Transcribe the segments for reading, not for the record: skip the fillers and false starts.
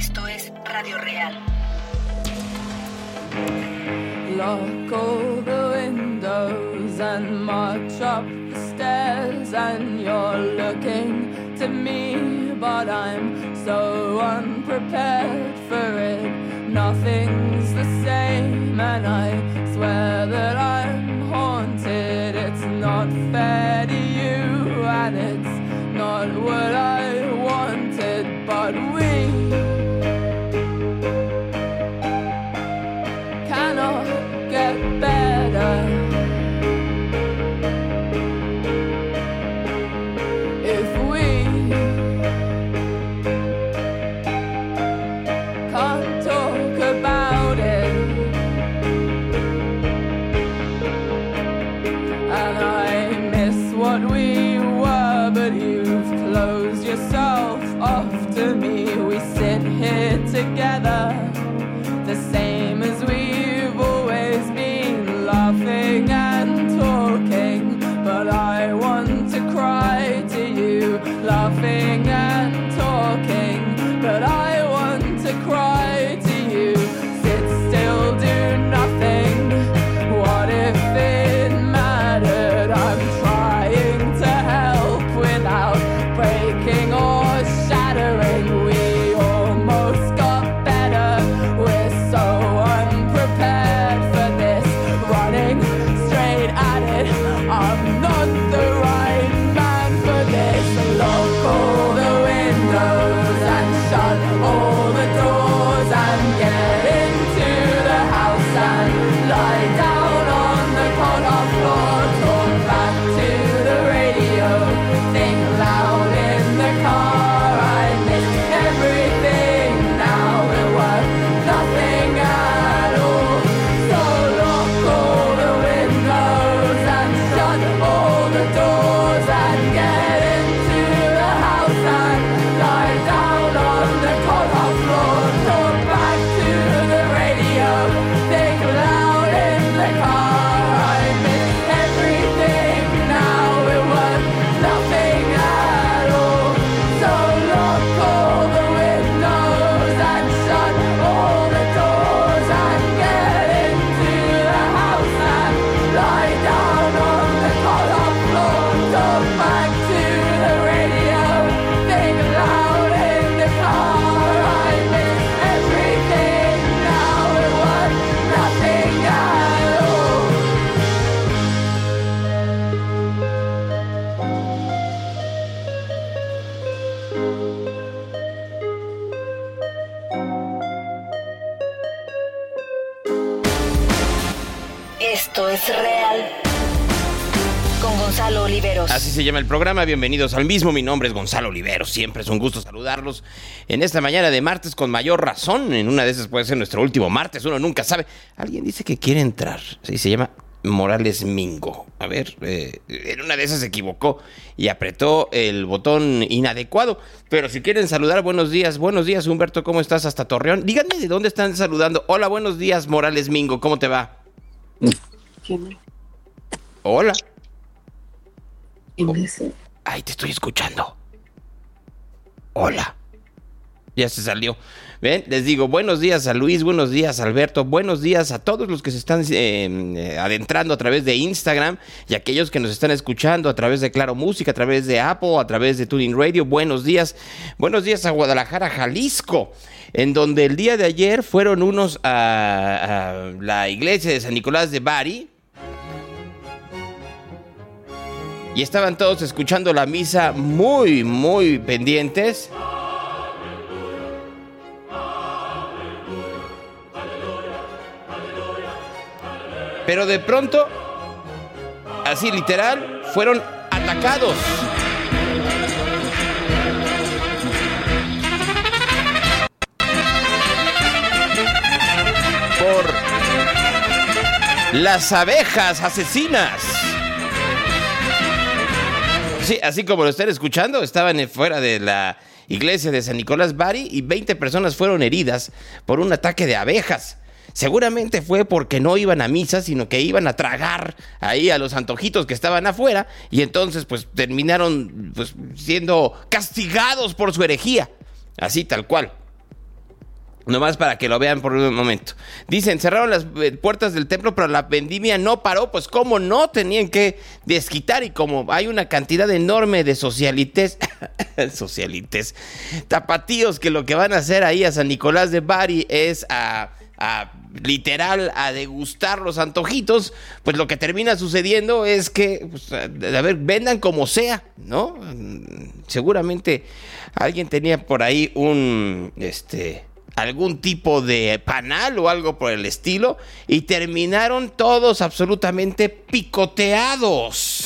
Esto es Radio Real. Lock all the windows and march up the stairs, and you're looking to me, but I'm so unprepared for it. Nothing's the same, and I swear that I'm haunted. It's not fair to you, and it's not what I wanted, but we cannot get better. If we can't talk about it, and I miss what we were, but you've closed yourself off to me. We sit here together, the same as we've always been, laughing and talking, but I want to cry to you. Laughing and talking, but I want to cry to you. Sit still, do nothing. What if it mattered? I'm trying to help without breaking or shattering. We almost got better. We're so unprepared for this. Running straight at it. I'm not the right man for this. Lock all the windows and shut all the doors and get into the house and lie down on the corner floor. Talk back to the radio. Think loud in the car. I miss everything now. It was nothing at all. So lock all the windows and shut all the doors and get into the house and lie down on the corner floor. Talk back to the radio. Think loud in the car. I miss everything now. It was nothing at all. So lock all the windows and shut all the doors and get into the house and lie down on the corner floor. Talk back to the radio. Think loud in the car. I miss everything now. It was nothing at all. Esto es Real. Con Gonzalo Oliveros. Así se llama el programa, bienvenidos al mismo, mi nombre es Gonzalo Oliveros, siempre es un gusto saludarlos en esta mañana de martes con mayor razón, en una de esas puede ser nuestro último martes, uno nunca sabe. Alguien dice que quiere entrar, sí, se llama Morales Mingo, a ver, en una de esas se equivocó y apretó el botón inadecuado, pero si quieren saludar, buenos días Humberto, ¿cómo estás hasta Torreón? Díganme de dónde están saludando. Hola, buenos días Morales Mingo, ¿cómo te va? ¿Quién Hola. es? Ay, te estoy escuchando. Hola. Ya se salió. Ven, les digo buenos días a Luis, buenos días a Alberto, buenos días a todos los que se están adentrando a través de Instagram y aquellos que nos están escuchando a través de Claro Música, a través de Apple, a través de TuneIn Radio. Buenos días a Guadalajara, Jalisco, en donde el día de ayer fueron unos a la iglesia de San Nicolás de Bari. Y estaban todos escuchando la misa muy, muy pendientes. Pero de pronto, así literal, fueron atacados. Por las abejas asesinas. Sí, así como lo están escuchando, estaban fuera de la iglesia de San Nicolás Bari y 20 personas fueron heridas por un ataque de abejas. Seguramente fue porque no iban a misa, sino que iban a tragar ahí a los antojitos que estaban afuera y entonces pues terminaron pues siendo castigados por su herejía. Así tal cual. Nomás para que lo vean por un momento. Dicen, cerraron las puertas del templo, pero la vendimia no paró. Pues cómo no, tenían que desquitar. Y como hay una cantidad enorme de socialites, tapatíos, que lo que van a hacer ahí a San Nicolás de Bari es literal a degustar los antojitos, pues lo que termina sucediendo es que, pues, vendan como sea, ¿no? Seguramente alguien tenía por ahí algún tipo de panal o algo por el estilo, y terminaron todos absolutamente picoteados.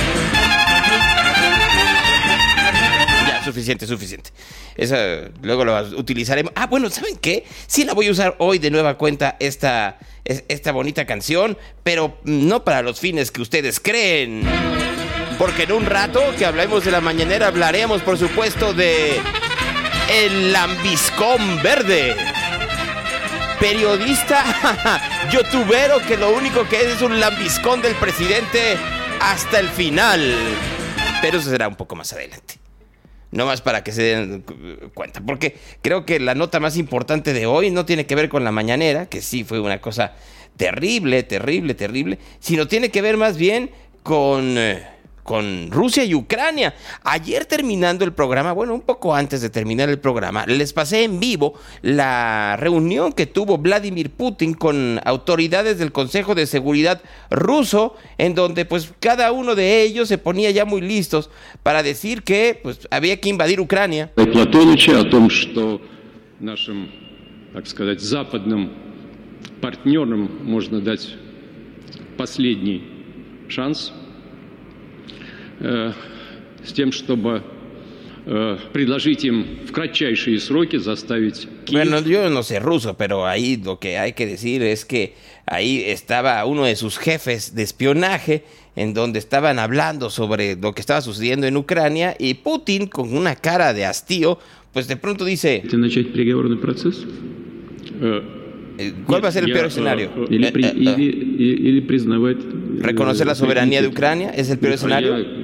Ya, suficiente. Esa luego lo utilizaremos. Bueno, ¿saben qué? Sí la voy a usar hoy de nueva cuenta esta bonita canción, pero no para los fines que ustedes creen. Porque en un rato que hablemos de la mañanera hablaremos, por supuesto, de el lambiscón verde. Periodista, youtubero, que lo único que es un lambiscón del presidente hasta el final. Pero eso será un poco más adelante. No más para que se den cuenta. Porque creo que la nota más importante de hoy no tiene que ver con la mañanera, que sí fue una cosa terrible, sino tiene que ver más bien con Rusia y Ucrania. Ayer, terminando el programa, un poco antes de terminar el programa, les pasé en vivo la reunión que tuvo Vladimir Putin con autoridades del Consejo de Seguridad ruso, en donde pues cada uno de ellos se ponía ya muy listos para decir que pues había que invadir Ucrania. Платоныча о том, что нашим, так сказать, западным партнерам можно дать последний шанс с тем, чтобы предложить им в кратчайшие сроки заставить Киев... Bueno, yo no sé ruso, pero ahí lo que hay que decir es que ahí estaba uno de sus jefes de espionaje, en donde estaban hablando sobre lo que estaba sucediendo en Ucrania, y Putin, con una cara de hastío, pues de pronto dice... Начать переговорный процесс? ¿Cuál va a ser el peor escenario? Или признавать... ¿Reconocer la soberanía de Ucrania es el peor escenario?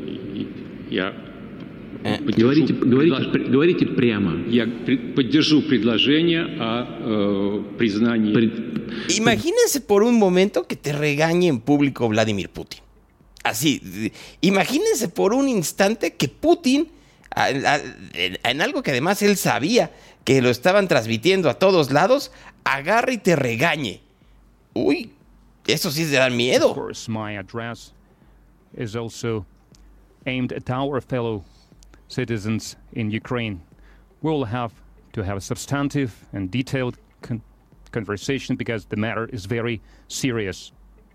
Говорите прямо. Я поддержу предложение о признании. Imagínense por un momento que te regañe en público Vladimir Putin. Así, imagínense por un instante que Putin, en algo que además él sabía que lo estaban transmitiendo a todos lados, agarre y te regañe. Uy, eso sí es de dar miedo. Of course, my address is also aimed at our fellow citizens in Ukraine. We will have to have a substantive and detailed conversation because the matter is very serious.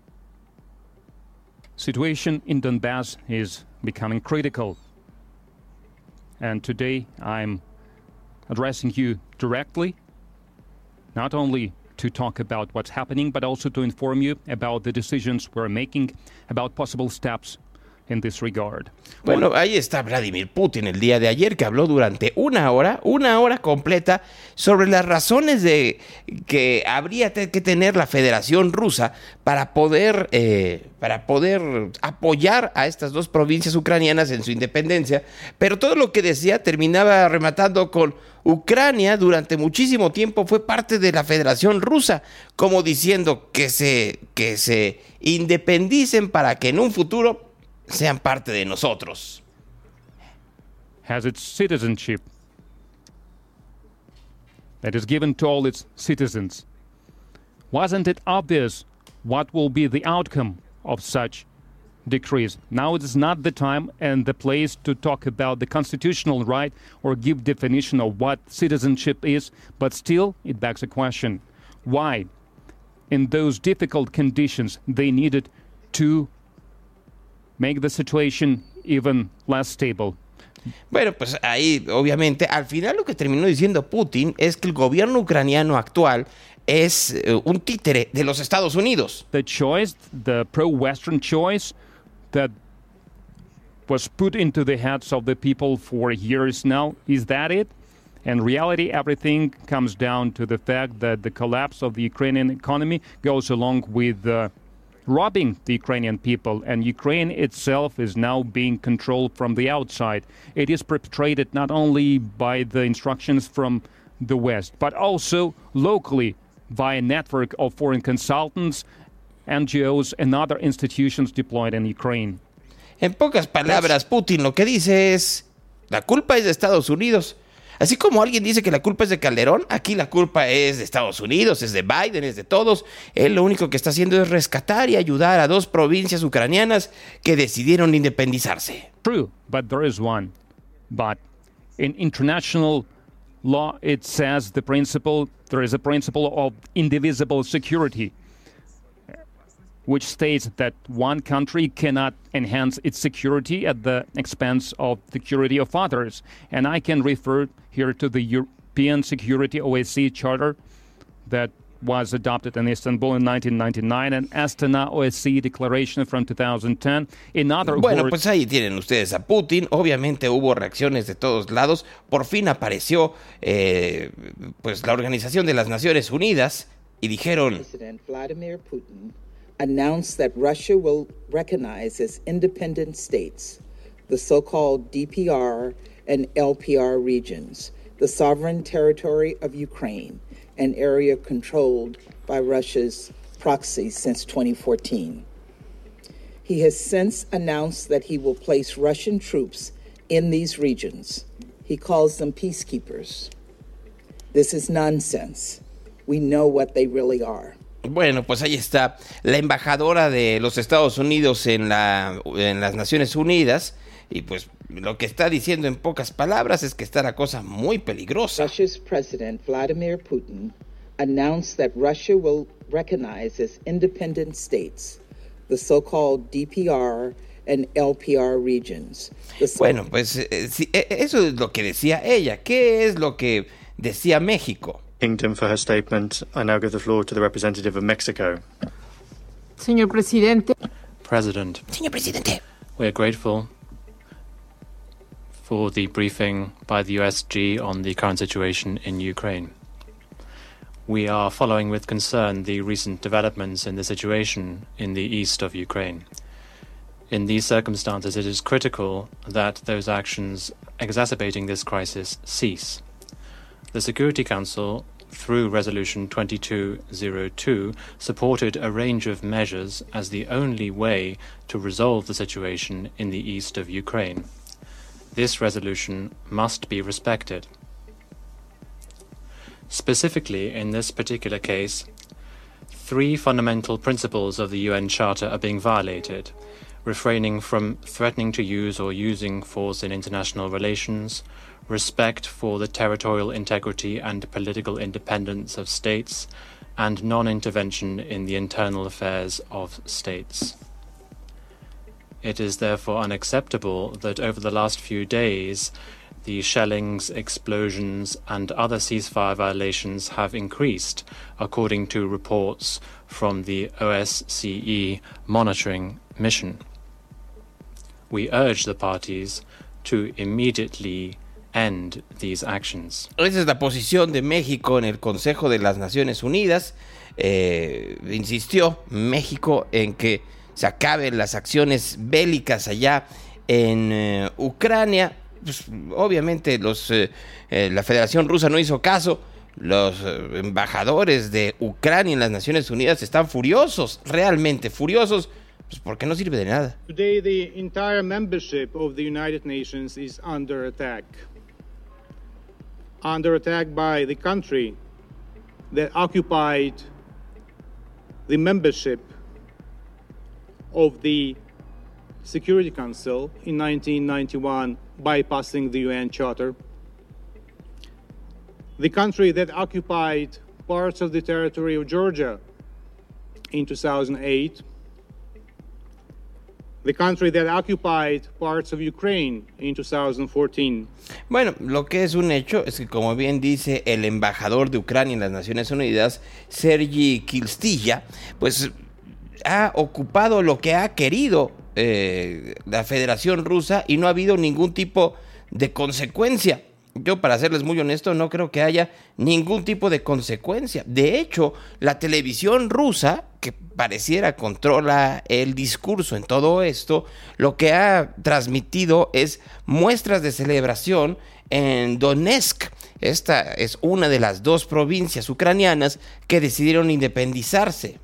Situation in Donbass is becoming critical. And today I'm addressing you directly, not only to talk about what's happening, but also to inform you about the decisions we're making, about possible steps in this regard. Bueno, ahí está Vladimir Putin el día de ayer, que habló durante una hora completa, sobre las razones de que habría que tener la Federación Rusa para poder apoyar a estas dos provincias ucranianas en su independencia. Pero todo lo que decía terminaba rematando con: Ucrania durante muchísimo tiempo fue parte de la Federación Rusa, como diciendo que se independicen para que en un futuro sean parte de nosotros. Has its citizenship that is given to all its citizens. Wasn't it obvious what will be the outcome of such decrees? Now it is not the time and the place to talk about the constitutional right or give definition of what citizenship is, but still it begs a question. Why, in those difficult conditions, they needed to make the situation even less stable? Bueno, pues ahí, obviamente, al final lo que terminó diciendo Putin es que el gobierno ucraniano actual es un títere de los Estados Unidos. The choice, the pro-Western choice that was put into the heads of the people for years now, is that it? In reality, everything comes down to the fact that the collapse of the Ukrainian economy goes along with robbing the Ukrainian people, and Ukraine itself is now being controlled from the outside. It is perpetrated not only by the instructions from the West, but also locally via a network of foreign consultants, NGOs, and other institutions deployed in Ukraine. En pocas palabras, Putin lo que dice es, la culpa es de Estados Unidos. Así como alguien dice que la culpa es de Calderón, aquí la culpa es de Estados Unidos, es de Biden, es de todos. Él lo único que está haciendo es rescatar y ayudar a 2 provincias ucranianas que decidieron independizarse. True, but there is one. But in international law, it says there is a principle of indivisible security, which states that one country cannot enhance its security at the expense of the security of others. And I can refer here to the European Security OSCE Charter that was adopted in Istanbul in 1999 and Astana OSCE Declaration from 2010. In other Bueno, words, pues ahí tienen ustedes a Putin. Obviamente hubo reacciones de todos lados. Por fin apareció pues la Organización de las Naciones Unidas y dijeron... President Vladimir Putin announced that Russia will recognize as independent states the so-called DPR and LPR regions, the sovereign territory of Ukraine, an area controlled by Russia's proxies since 2014. He has since announced that he will place Russian troops in these regions. He calls them peacekeepers. This is nonsense. We know what they really are. Bueno, pues ahí está la embajadora de los Estados Unidos en las Naciones Unidas y pues lo que está diciendo en pocas palabras es que está la cosa muy peligrosa. Russia's President Vladimir Putin announced that Russia will recognize as independent states the so-called DPR and LPR regions. Bueno, pues sí, eso es lo que decía ella. ¿Qué es lo que decía México? Kingdom for her statement. I now give the floor to the representative of Mexico. Señor presidente. President. Señor presidente. We are grateful for the briefing by the USG on the current situation in Ukraine. We are following with concern the recent developments in the situation in the east of Ukraine. In these circumstances, it is critical that those actions exacerbating this crisis cease. The Security Council, through Resolution 2202, supported a range of measures as the only way to resolve the situation in the east of Ukraine. This resolution must be respected. Specifically, in this particular case, 3 fundamental principles of the UN Charter are being violated: refraining from threatening to use or using force in international relations, respect for the territorial integrity and political independence of states, and non-intervention in the internal affairs of states. It is therefore unacceptable that over the last few days, the shellings, explosions, and other ceasefire violations have increased, according to reports from the OSCE monitoring mission. We urge the parties to immediately end these actions. Esa es la posición de México en el Consejo de las Naciones Unidas. Insistió México en que se acaben las acciones bélicas allá en Ucrania. Pues, obviamente la Federación Rusa no hizo caso. Los embajadores de Ucrania en las Naciones Unidas están furiosos, realmente furiosos, pues porque no sirve de nada. Today the entire membership of the United Nations is under attack. Under attack by the country that occupied the membership of the Security Council in 1991, bypassing the UN Charter. The country that occupied parts of the territory of Georgia in 2008. The country that occupied parts of Ukraine in 2014. Bueno, lo que es un hecho es que, como bien dice el embajador de Ucrania en las Naciones Unidas, Sergei Kistilla, pues ha ocupado lo que ha querido la Federación Rusa y no ha habido ningún tipo de consecuencia. Yo, para serles muy honesto, no creo que haya ningún tipo de consecuencia. De hecho, la televisión rusa, que pareciera controla el discurso en todo esto, lo que ha transmitido es muestras de celebración en Donetsk, Esta es una de las 2 provincias ucranianas que decidieron independizarse.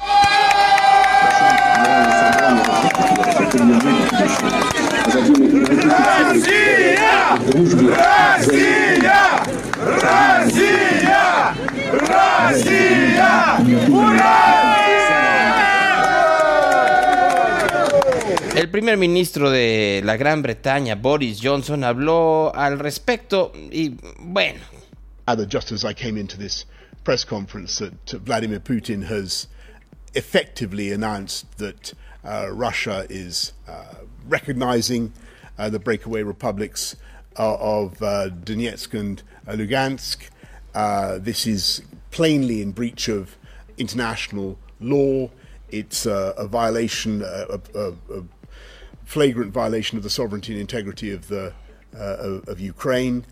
El primer ministro de la Gran Bretaña, Boris Johnson, habló al respecto y bueno. Just as I came into this press conference, that Vladimir Putin has effectively announced that Russia is recognizing the breakaway republics of Donetsk and Lugansk. This is plainly in breach of international law. It's a violation, a flagrant violation of the sovereignty and integrity of Ukraine.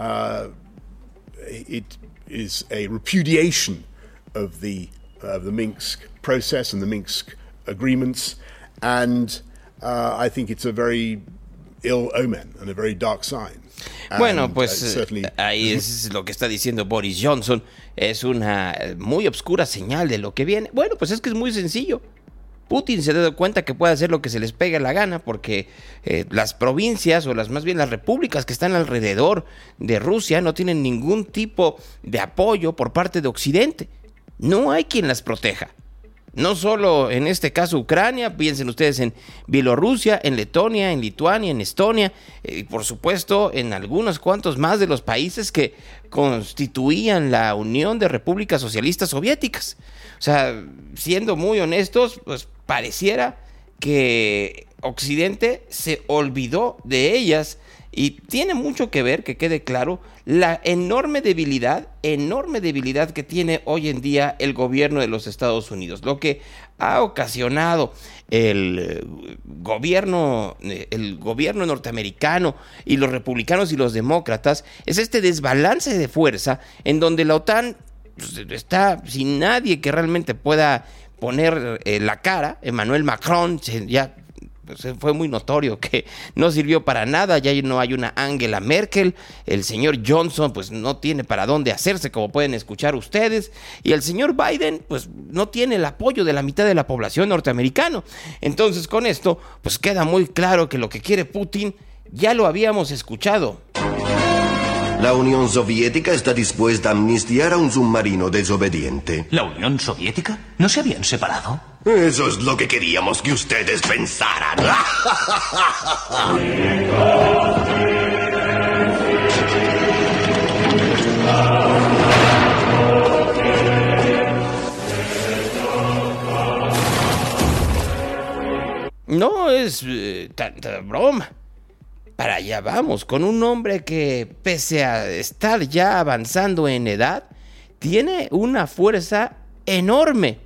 It is a repudiation of the Minsk process and the Minsk agreements, and I think it's a very ill omen and a very dark sign. Bueno, pues ahí es lo que está diciendo Boris Johnson. Es una muy obscura señal de lo que viene. Bueno, pues es que es muy sencillo. Putin se ha dado cuenta que puede hacer lo que se les pegue la gana porque las provincias o más bien las repúblicas que están alrededor de Rusia no tienen ningún tipo de apoyo por parte de Occidente. No hay quien las proteja. No solo en este caso Ucrania, piensen ustedes en Bielorrusia, en Letonia, en Lituania, en Estonia y por supuesto en algunos cuantos más de los países que constituían la Unión de Repúblicas Socialistas Soviéticas. O sea, siendo muy honestos, pues pareciera que Occidente se olvidó de ellas y tiene mucho que ver, que quede claro, la enorme debilidad que tiene hoy en día el gobierno de los Estados Unidos. Lo que ha ocasionado el gobierno norteamericano y los republicanos y los demócratas es este desbalance de fuerza en donde la OTAN está sin nadie que realmente pueda poner la cara. Emmanuel Macron ya fue muy notorio que no sirvió para nada, ya no hay una Angela Merkel, el señor Johnson pues no tiene para dónde hacerse, como pueden escuchar ustedes, y el señor Biden pues no tiene el apoyo de la mitad de la población norteamericana. Entonces con esto pues queda muy claro que lo que quiere Putin ya lo habíamos escuchado. La Unión Soviética está dispuesta a amnistiar a un submarino desobediente. ¿La Unión Soviética? ¿No se habían separado? Eso es lo que queríamos que ustedes pensaran. No es tanta broma. Para allá vamos, con un hombre que, pese a estar ya avanzando en edad, tiene una fuerza enorme,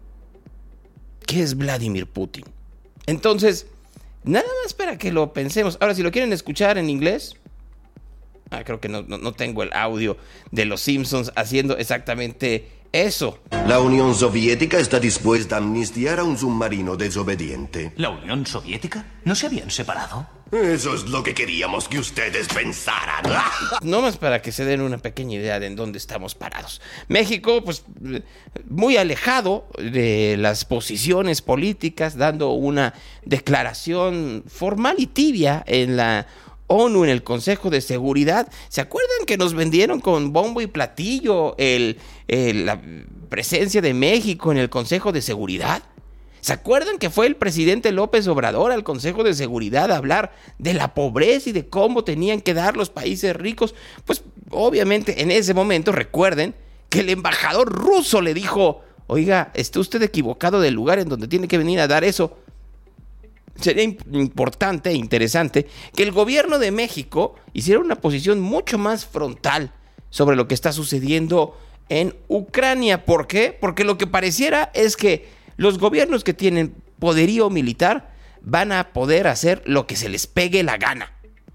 que es Vladimir Putin. Entonces, nada más para que lo pensemos. Ahora, si lo quieren escuchar en inglés, creo que no tengo el audio de los Simpsons haciendo exactamente eso. La Unión Soviética está dispuesta a amnistiar a un submarino desobediente. ¿La Unión Soviética? ¿No se habían separado? Eso es lo que queríamos que ustedes pensaran. No más para que se den una pequeña idea de en dónde estamos parados. México, pues, muy alejado de las posiciones políticas, dando una declaración formal y tibia en la ONU, en el Consejo de Seguridad. ¿Se acuerdan que nos vendieron con bombo y platillo la presencia de México en el Consejo de Seguridad? ¿Se acuerdan que fue el presidente López Obrador al Consejo de Seguridad a hablar de la pobreza y de cómo tenían que dar los países ricos? Pues obviamente en ese momento recuerden que el embajador ruso le dijo: oiga, está usted equivocado del lugar en donde tiene que venir a dar eso. Sería importante e interesante que el gobierno de México hiciera una posición mucho más frontal sobre lo que está sucediendo en Ucrania. ¿Por qué? Porque lo que pareciera es que los gobiernos que tienen poderío militar van a poder hacer lo que se les pegue la gana.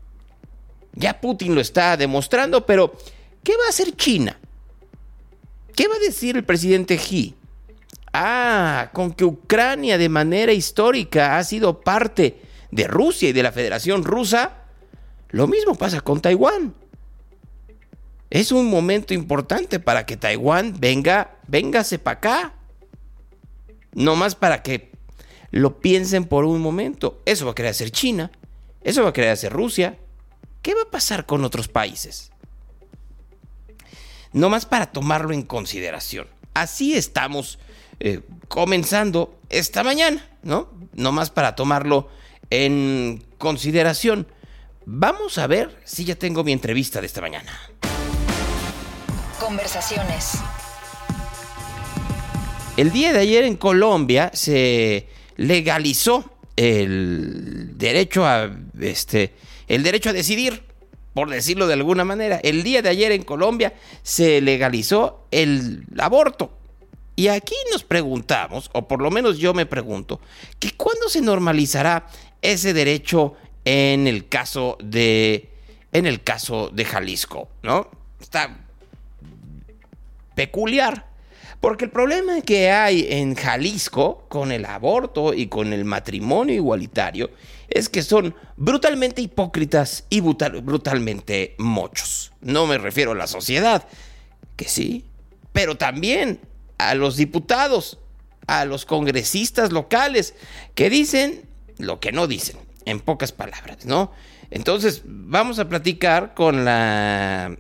Ya Putin lo está demostrando, pero ¿qué va a hacer China? ¿Qué va a decir el presidente Xi? Con que Ucrania de manera histórica ha sido parte de Rusia y de la Federación Rusa, lo mismo pasa con Taiwán. Es un momento importante para que Taiwán véngase para acá. No más para que lo piensen por un momento. Eso va a querer hacer China. Eso va a querer hacer Rusia. ¿Qué va a pasar con otros países? No más para tomarlo en consideración. Así estamos comenzando esta mañana, ¿no? No más para tomarlo en consideración. Vamos a ver si ya tengo mi entrevista de esta mañana. Conversaciones. El día de ayer en Colombia se legalizó el derecho a decidir, por decirlo de alguna manera. El día de ayer en Colombia se legalizó el aborto. Y aquí nos preguntamos, o por lo menos yo me pregunto, que ¿cuándo se normalizará ese derecho en el caso de Jalisco, ¿no? Está peculiar, porque el problema que hay en Jalisco con el aborto y con el matrimonio igualitario es que son brutalmente hipócritas y brutalmente mochos. No me refiero a la sociedad, que sí, pero también a los diputados, a los congresistas locales, que dicen lo que no dicen, en pocas palabras, ¿no? Entonces, vamos a platicar con la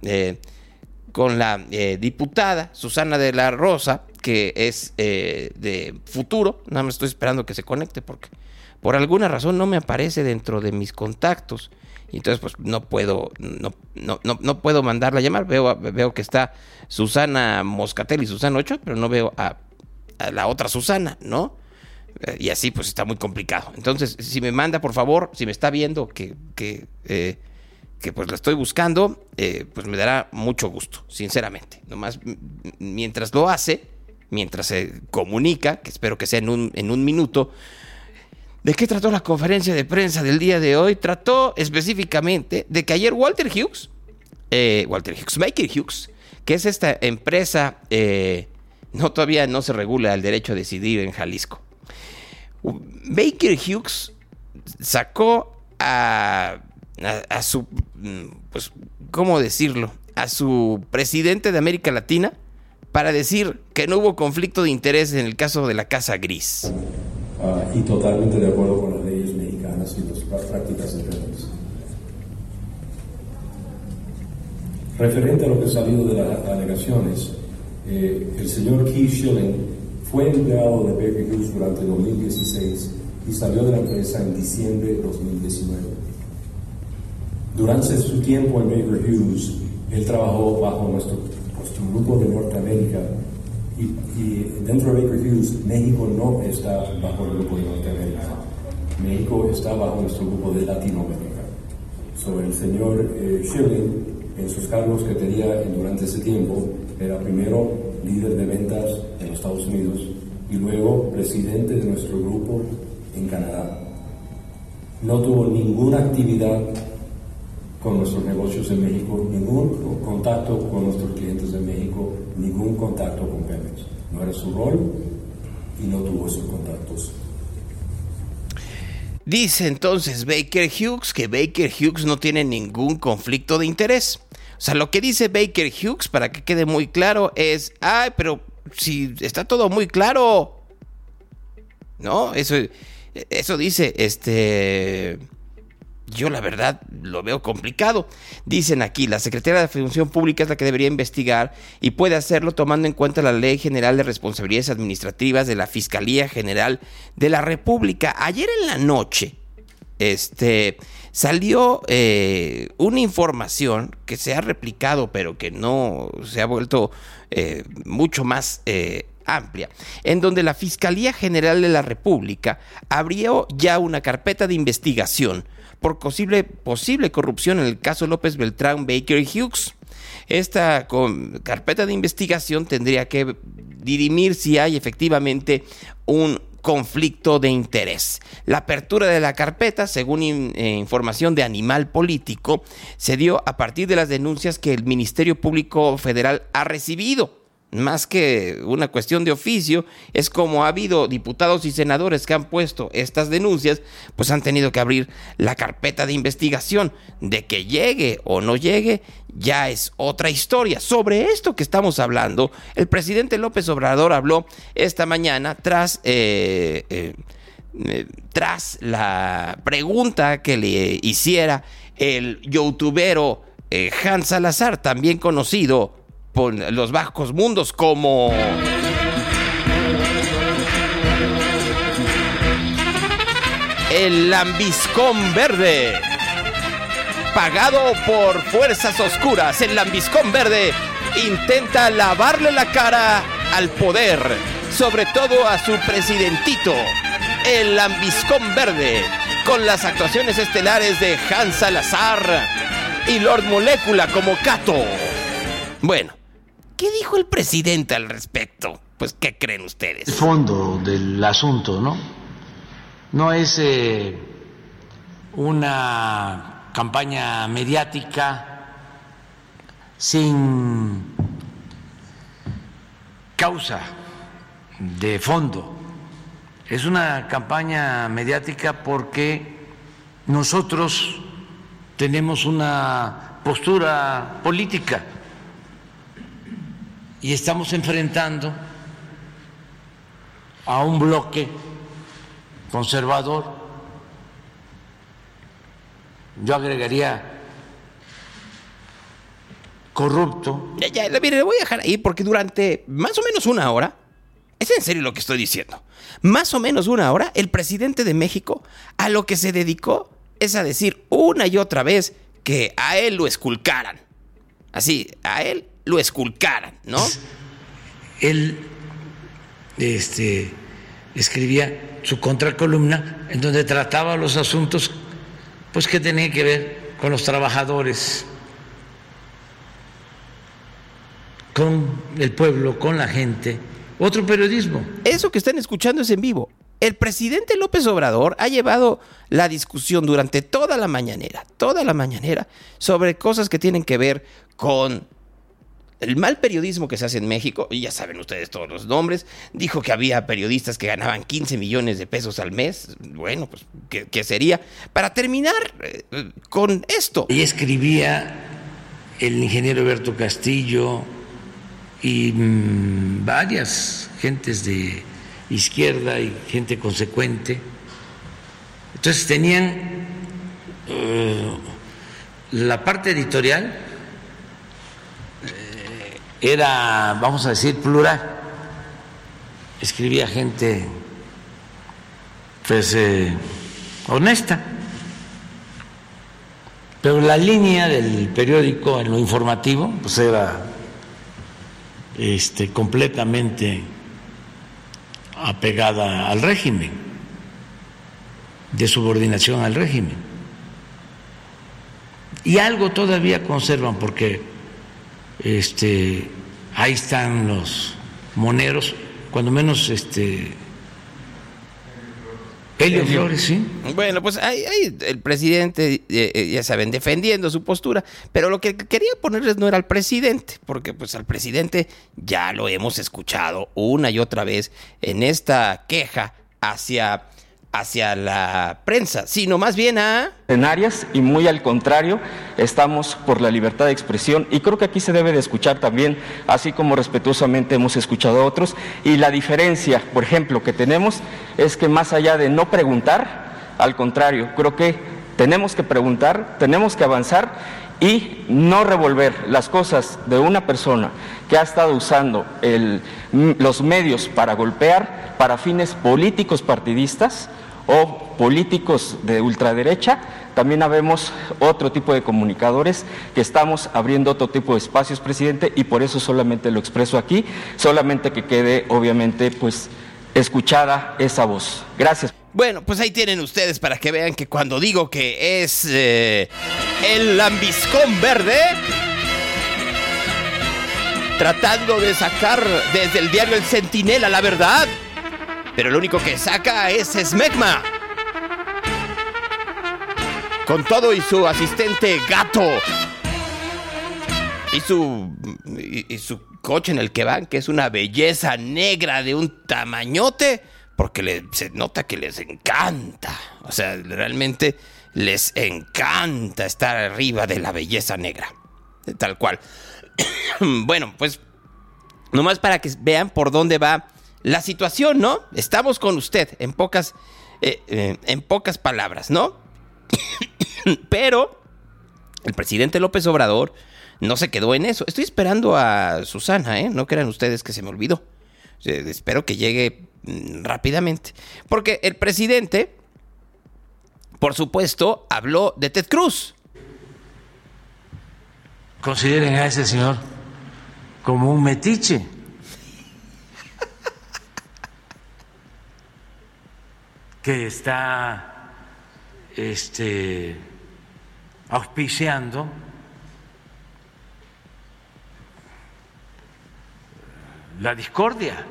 diputada Susana de la Rosa, que es de Futuro. Nada más estoy esperando que se conecte porque por alguna razón no me aparece dentro de mis contactos. Y entonces pues no puedo mandarla a llamar. Veo que está Susana Moscatel y Susana Ochoa, pero no veo a la otra Susana, ¿no? Y así pues está muy complicado. Entonces, si me manda, por favor, si me está viendo que pues la estoy buscando, pues me dará mucho gusto, sinceramente. Nomás mientras lo hace, mientras se comunica, que espero que sea en un minuto. ¿De qué trató la conferencia de prensa del día de hoy? Trató específicamente de que ayer Baker Hughes, que es esta empresa, todavía no se regula el derecho a decidir en Jalisco. Baker Hughes sacó a su, pues, ¿cómo decirlo? A su presidente de América Latina para decir que no hubo conflicto de interés en el caso de la Casa Gris. Y totalmente de acuerdo con las leyes mexicanas y las prácticas internas. Referente a lo que ha salido de las alegaciones, el señor Keith Schilling fue empleado de Baker Hughes durante 2016 y salió de la empresa en diciembre de 2019. Durante su tiempo en Baker Hughes, él trabajó bajo nuestro grupo de Norteamérica y dentro de Baker Hughes, México no está bajo el grupo de Norteamérica. México está bajo nuestro grupo de Latinoamérica. El señor Schilling, en sus cargos que tenía durante ese tiempo, era primero líder de ventas en los Estados Unidos y luego presidente de nuestro grupo en Canadá. No tuvo ninguna actividad con nuestros negocios en México, ningún contacto con nuestros clientes en México, ningún contacto con Pemex. No era su rol y no tuvo esos contactos. Dice entonces Baker Hughes que Baker Hughes no tiene ningún conflicto de interés. O sea, lo que dice Baker Hughes, para que quede muy claro, es, pero si está todo muy claro. No, eso dice, yo la verdad lo veo complicado. Dicen aquí, la Secretaría de Función Pública es la que debería investigar y puede hacerlo tomando en cuenta la Ley General de Responsabilidades Administrativas de la Fiscalía General de la República. Ayer en la noche, salió una información que se ha replicado, pero que no se ha vuelto mucho más amplia, en donde la Fiscalía General de la República abrió ya una carpeta de investigación por posible corrupción en el caso López Beltrán Baker Hughes. Esta carpeta de investigación tendría que dirimir si hay efectivamente un conflicto de interés. La apertura de la carpeta, según información de Animal Político, se dio a partir de las denuncias que el Ministerio Público Federal ha recibido, más que una cuestión de oficio, es como ha habido diputados y senadores que han puesto estas denuncias, pues han tenido que abrir la carpeta de investigación. De que llegue o no llegue, ya es otra historia. Sobre esto que estamos hablando, el presidente López Obrador habló esta mañana tras la pregunta que le hiciera el youtubero Hans Salazar, también conocido por los bajos mundos como el Lambiscón Verde. Pagado por fuerzas oscuras, el Lambiscón Verde intenta lavarle la cara al poder, sobre todo a su presidentito, el Lambiscón Verde, con las actuaciones estelares de Hans Salazar y Lord Molécula como Cato. Bueno, ¿qué dijo el presidente al respecto? Pues, ¿qué creen ustedes? El fondo del asunto, ¿no? No es una campaña mediática sin causa de fondo. Es una campaña mediática porque nosotros tenemos una postura política y estamos enfrentando a un bloque conservador. Yo agregaría corrupto. Mire, le voy a dejar ahí porque durante más o menos una hora, es en serio lo que estoy diciendo, más o menos una hora, el presidente de México a lo que se dedicó es a decir una y otra vez que a él lo esculcaran. Así, a él lo esculcaran, ¿no? Él escribía su contracolumna en donde trataba los asuntos pues que tenían que ver con los trabajadores, con el pueblo, con la gente. Otro periodismo. Eso que están escuchando es en vivo. El presidente López Obrador ha llevado la discusión durante toda la mañanera, sobre cosas que tienen que ver con el mal periodismo que se hace en México, y ya saben ustedes todos los nombres. Dijo que había periodistas que ganaban 15 millones de pesos al mes. Bueno, pues, ¿qué sería? Para terminar con esto. Y escribía el ingeniero Alberto Castillo y varias gentes de izquierda y gente consecuente. Entonces tenían la parte editorial era, vamos a decir, plural. Escribía gente pues honesta, pero la línea del periódico en lo informativo pues era completamente apegada al régimen, de subordinación al régimen. Y algo todavía conservan porque ahí están los moneros, cuando menos Helio Flores, sí. Bueno, pues ahí el presidente, ya saben, defendiendo su postura, pero lo que quería ponerles no era al presidente, porque pues al presidente ya lo hemos escuchado una y otra vez en esta queja hacia la prensa, sino más bien a... Y muy al contrario, estamos por la libertad de expresión y creo que aquí se debe de escuchar también, así como respetuosamente hemos escuchado a otros, y la diferencia, por ejemplo, que tenemos es que más allá de no preguntar, al contrario, creo que tenemos que preguntar, tenemos que avanzar y no revolver las cosas de una persona que ha estado usando los medios para golpear para fines políticos partidistas o políticos de ultraderecha. También habemos otro tipo de comunicadores que estamos abriendo otro tipo de espacios, presidente, y por eso solamente lo expreso aquí, solamente que quede obviamente pues escuchada esa voz. Gracias. Bueno, pues ahí tienen ustedes para que vean que cuando digo que es el Lambiscón Verde, tratando de sacar desde el diario El Centinela la verdad, pero lo único que saca es Smegma, con todo y su asistente Gato. Y su coche en el que van, que es una belleza negra de un tamañote, porque se nota que les encanta. O sea, realmente les encanta estar arriba de la belleza negra. Tal cual. Bueno, pues nomás para que vean por dónde va la situación, ¿no? Estamos con usted, en pocas palabras, ¿no? Pero el presidente López Obrador no se quedó en eso. Estoy esperando a Susana, ¿eh? No crean ustedes que se me olvidó. Espero que llegue rápidamente. Porque el presidente, por supuesto, habló de Ted Cruz. Consideren a ese señor como un metiche. Que está auspiciando la discordia.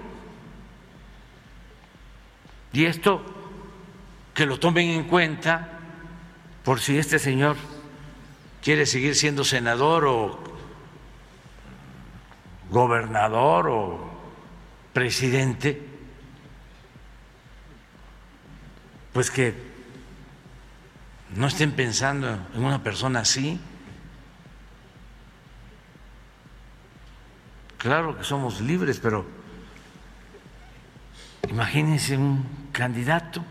Y esto que lo tomen en cuenta por si este señor quiere seguir siendo senador o gobernador o presidente, pues que no estén pensando en una persona así. Claro que somos libres, pero imagínense un candidato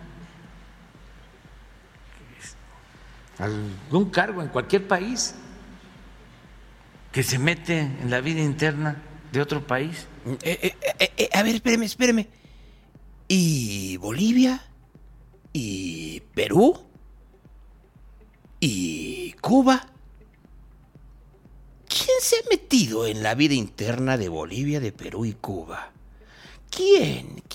a algún cargo en cualquier país que se mete en la vida interna de otro país. A ver, espéreme. ¿Y Bolivia? ¿Y Perú? ¿Y Cuba? ¿Quién se ha metido en la vida interna de Bolivia, de Perú y Cuba? ¿Quién?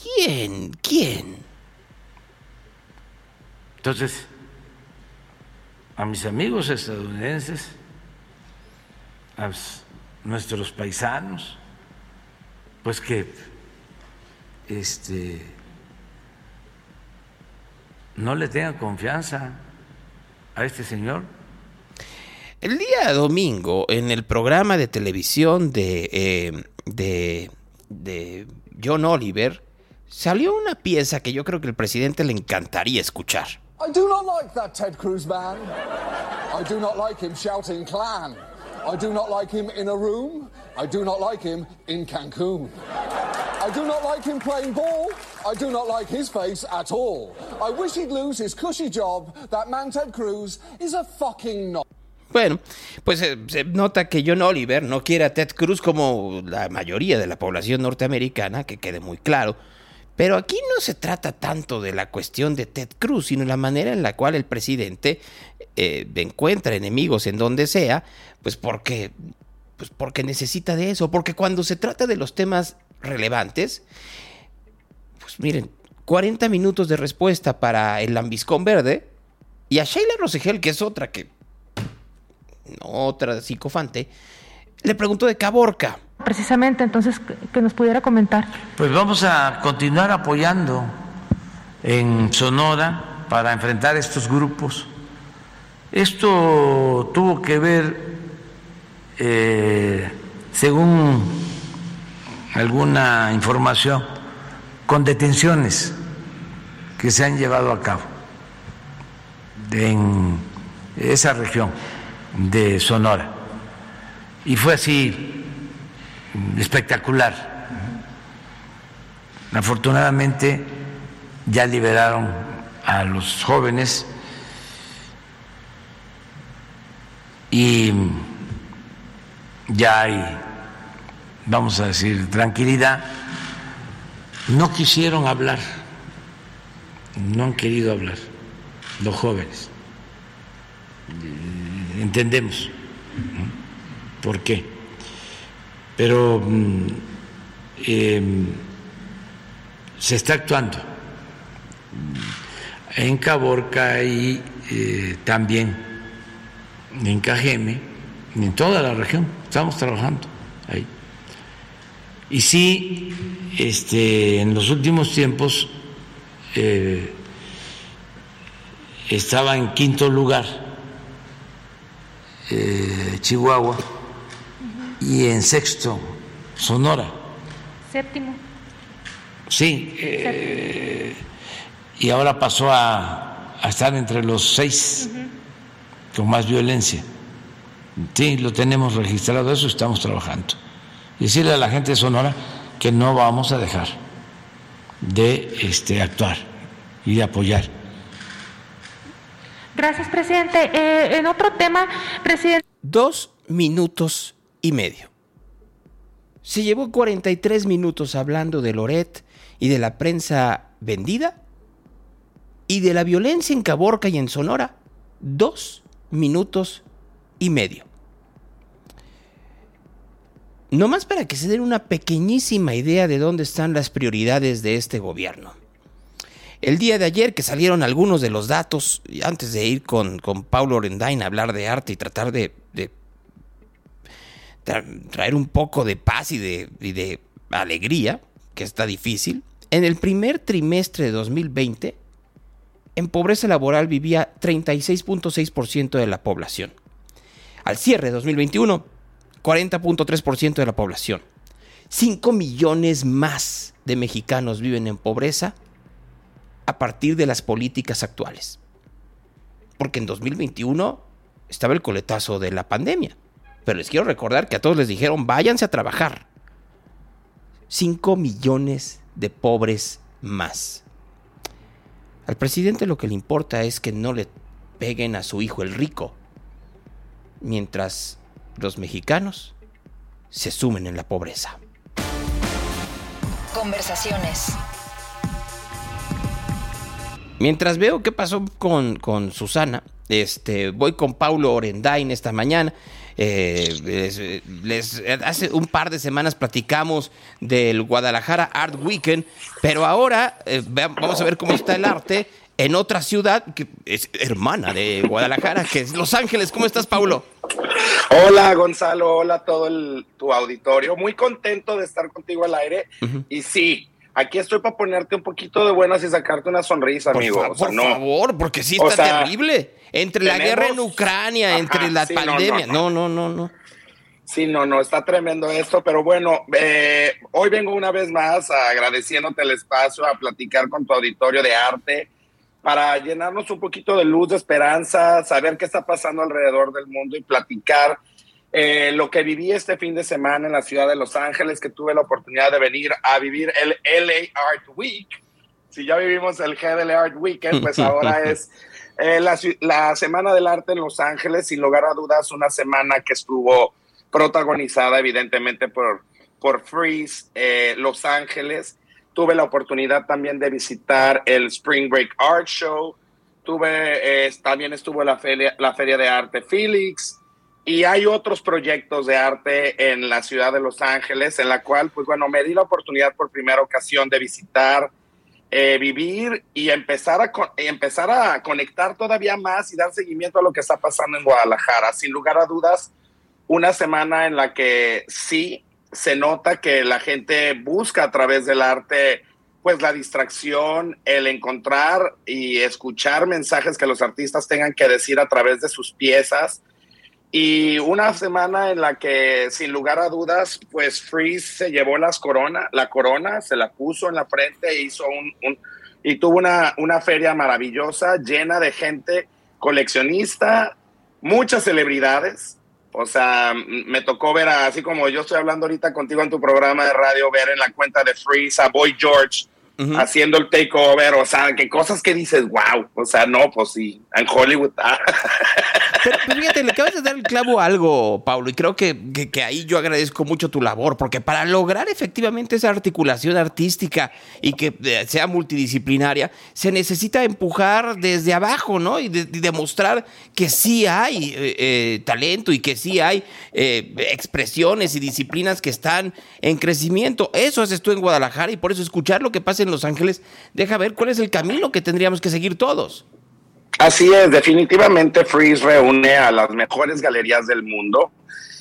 Entonces, a mis amigos estadounidenses, a nuestros paisanos, pues que no le tengan confianza a este señor. El día domingo, en el programa de televisión de John Oliver, salió una pieza que yo creo que al presidente le encantaría escuchar. I do not like that Ted Cruz man. I do not like him shouting Klan. I do not like him in a room. I do not like him in Cancun. I do not like him playing ball. I do not like his face at all. I wish he'd lose his cushy job. That man Ted Cruz is a fucking no. Bueno, pues se nota que John Oliver no quiere a Ted Cruz como la mayoría de la población norteamericana, que quede muy claro. Pero aquí no se trata tanto de la cuestión de Ted Cruz, sino la manera en la cual el presidente encuentra enemigos en donde sea, pues porque necesita de eso. Porque cuando se trata de los temas relevantes, pues miren, 40 minutos de respuesta para el lambiscón verde, y a Sheila Rosegel, que es otra psicofante, le preguntó de Caborca. Precisamente, entonces, que nos pudiera comentar. Pues vamos a continuar apoyando en Sonora para enfrentar estos grupos. Esto tuvo que ver, según alguna información, con detenciones que se han llevado a cabo en esa región de Sonora. Y fue así espectacular. Afortunadamente ya liberaron a los jóvenes y ya hay, vamos a decir, tranquilidad. No quisieron hablar, no han querido hablar los jóvenes. Entendemos por qué, pero se está actuando en Caborca y también en Cajeme, en toda la región. Estamos trabajando ahí. Y sí, en los últimos tiempos estaba en quinto lugar Chihuahua y en sexto Sonora. Séptimo. Sí, y ahora pasó a estar entre los 6 con más violencia. Sí, lo tenemos registrado, eso estamos trabajando. Y decirle a la gente de Sonora que no vamos a dejar de actuar y de apoyar. Gracias, presidente. En otro tema, presidente. 2 minutos y medio. Se llevó 43 minutos hablando de Loret y de la prensa vendida y de la violencia en Caborca y en Sonora. 2 minutos y medio. No más para que se den una pequeñísima idea de dónde están las prioridades de este gobierno. El día de ayer que salieron algunos de los datos, antes de ir con Paulo Orendain a hablar de arte y tratar de traer un poco de paz y de alegría, que está difícil, en el primer trimestre de 2020, en pobreza laboral vivía 36.6% de la población. Al cierre de 2021, 40.3% de la población. 5 millones más de mexicanos viven en pobreza a partir de las políticas actuales. Porque en 2021 estaba el coletazo de la pandemia. Pero les quiero recordar que a todos les dijeron, váyanse a trabajar. 5 millones de pobres más. Al presidente lo que le importa es que no le peguen a su hijo el rico, mientras los mexicanos se sumen en la pobreza. Conversaciones. Mientras veo qué pasó con Susana, voy con Paulo Orendain esta mañana. Hace un par de semanas platicamos del Guadalajara Art Weekend, pero ahora vamos a ver cómo está el arte en otra ciudad que es hermana de Guadalajara, que es Los Ángeles. ¿Cómo estás, Paulo? Hola, Gonzalo. Hola a todo tu auditorio. Muy contento de estar contigo al aire. Y sí, aquí estoy para ponerte un poquito de buenas y sacarte una sonrisa, amigo. Por favor, porque sí está terrible. Entre la guerra en Ucrania, entre la pandemia. No. Sí, no, está tremendo esto, pero bueno, hoy vengo una vez más agradeciéndote el espacio a platicar con tu auditorio de arte para llenarnos un poquito de luz, de esperanza, saber qué está pasando alrededor del mundo y platicar lo que viví este fin de semana en la ciudad de Los Ángeles, que tuve la oportunidad de venir a vivir el LA Art Week. Si ya vivimos el GLA Art Weekend, pues ahora es la Semana del Arte en Los Ángeles, sin lugar a dudas, una semana que estuvo protagonizada evidentemente por Freeze, Los Ángeles. Tuve la oportunidad también de visitar el Spring Break Art Show. También estuvo la Feria de Arte Felix. Y hay otros proyectos de arte en la ciudad de Los Ángeles, en la cual, pues bueno, me di la oportunidad por primera ocasión de visitar, vivir y empezar a conectar todavía más y dar seguimiento a lo que está pasando en Guadalajara. Sin lugar a dudas, una semana en la que sí se nota que la gente busca a través del arte, pues la distracción, el encontrar y escuchar mensajes que los artistas tengan que decir a través de sus piezas. Y una semana en la que, sin lugar a dudas, pues Freeze se llevó la corona, se la puso en la frente, y tuvo una feria maravillosa, llena de gente coleccionista, muchas celebridades. O sea, me tocó ver, así como yo estoy hablando ahorita contigo en tu programa de radio, ver en la cuenta de Freeze a Boy George haciendo el takeover. O sea, que cosas que dices, wow. O sea, no, pues sí, en Hollywood. Pero fíjate, le acabas de dar el clavo a algo, Paulo, y creo que ahí yo agradezco mucho tu labor, porque para lograr efectivamente esa articulación artística y que sea multidisciplinaria, se necesita empujar desde abajo, ¿no? Y demostrar que sí hay talento y que sí hay expresiones y disciplinas que están en crecimiento. Eso haces tú en Guadalajara, y por eso escuchar lo que pasa en Los Ángeles deja ver cuál es el camino que tendríamos que seguir todos. Así es, definitivamente Freeze reúne a las mejores galerías del mundo.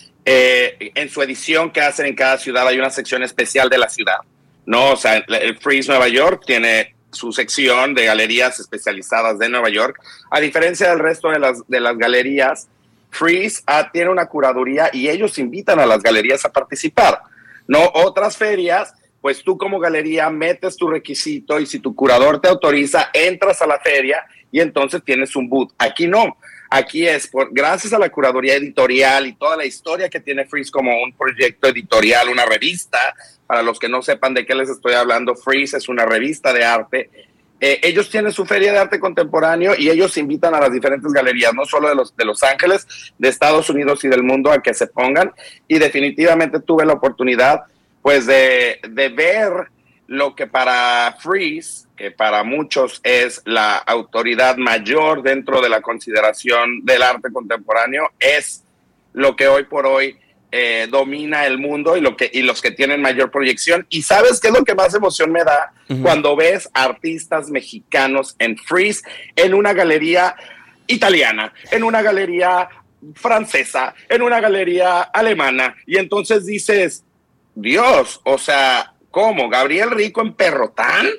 En su edición que hacen en cada ciudad hay una sección especial de la ciudad, ¿no? O sea, el Freeze Nueva York tiene su sección de galerías especializadas de Nueva York, a diferencia del resto de las galerías. Frieze tiene una curaduría y ellos invitan a las galerías a participar, ¿no? Otras ferias, pues tú como galería metes tu requisito y si tu curador te autoriza, entras a la feria y entonces tienes un booth. Aquí no. Aquí es gracias a la curaduría editorial y toda la historia que tiene Frieze como un proyecto editorial, una revista. Para los que no sepan de qué les estoy hablando, Frieze es una revista de arte. Ellos tienen su feria de arte contemporáneo y ellos invitan a las diferentes galerías, no solo de Los Ángeles, de Estados Unidos y del mundo, a que se pongan. Y definitivamente tuve la oportunidad pues de ver lo que para Frieze, que para muchos es la autoridad mayor dentro de la consideración del arte contemporáneo, es lo que hoy por hoy domina el mundo y los que tienen mayor proyección. Y ¿sabes qué es lo que más emoción me da? Cuando ves artistas mexicanos en Frieze, en una galería italiana, en una galería francesa, en una galería alemana, y entonces dices, Dios, o sea, ¿cómo? ¿Gabriel Rico en Perrotán?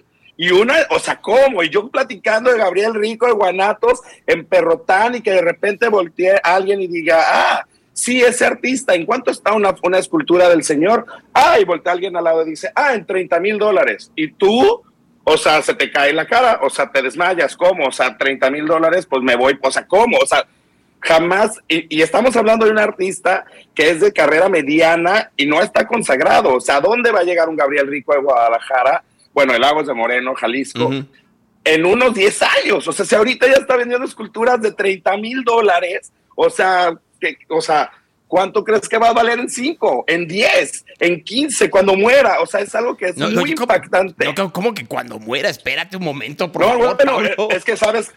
¿Cómo? Y yo platicando de Gabriel Rico de Guanatos en Perrotán y que de repente voltee a alguien y diga, sí, ese artista, ¿en cuánto está una escultura del señor? Y voltea alguien al lado y dice, en $30,000. ¿Y tú? O sea, se te cae la cara, o sea, te desmayas. ¿Cómo? O sea, $30,000, pues me voy, o sea, ¿cómo? O sea, jamás, y estamos hablando de un artista que es de carrera mediana y no está consagrado. O sea, ¿dónde va a llegar un Gabriel Rico de Guadalajara? Bueno, el Lagos de Moreno, Jalisco, en unos 10 años. O sea, si ahorita ya está vendiendo esculturas de $30,000, o sea, ¿cuánto crees que va a valer en 5, en 10, en 15, cuando muera? O sea, es algo que es muy impactante. ¿Cómo que cuando muera? Espérate un momento, por favor, Pablo. Es que sabes...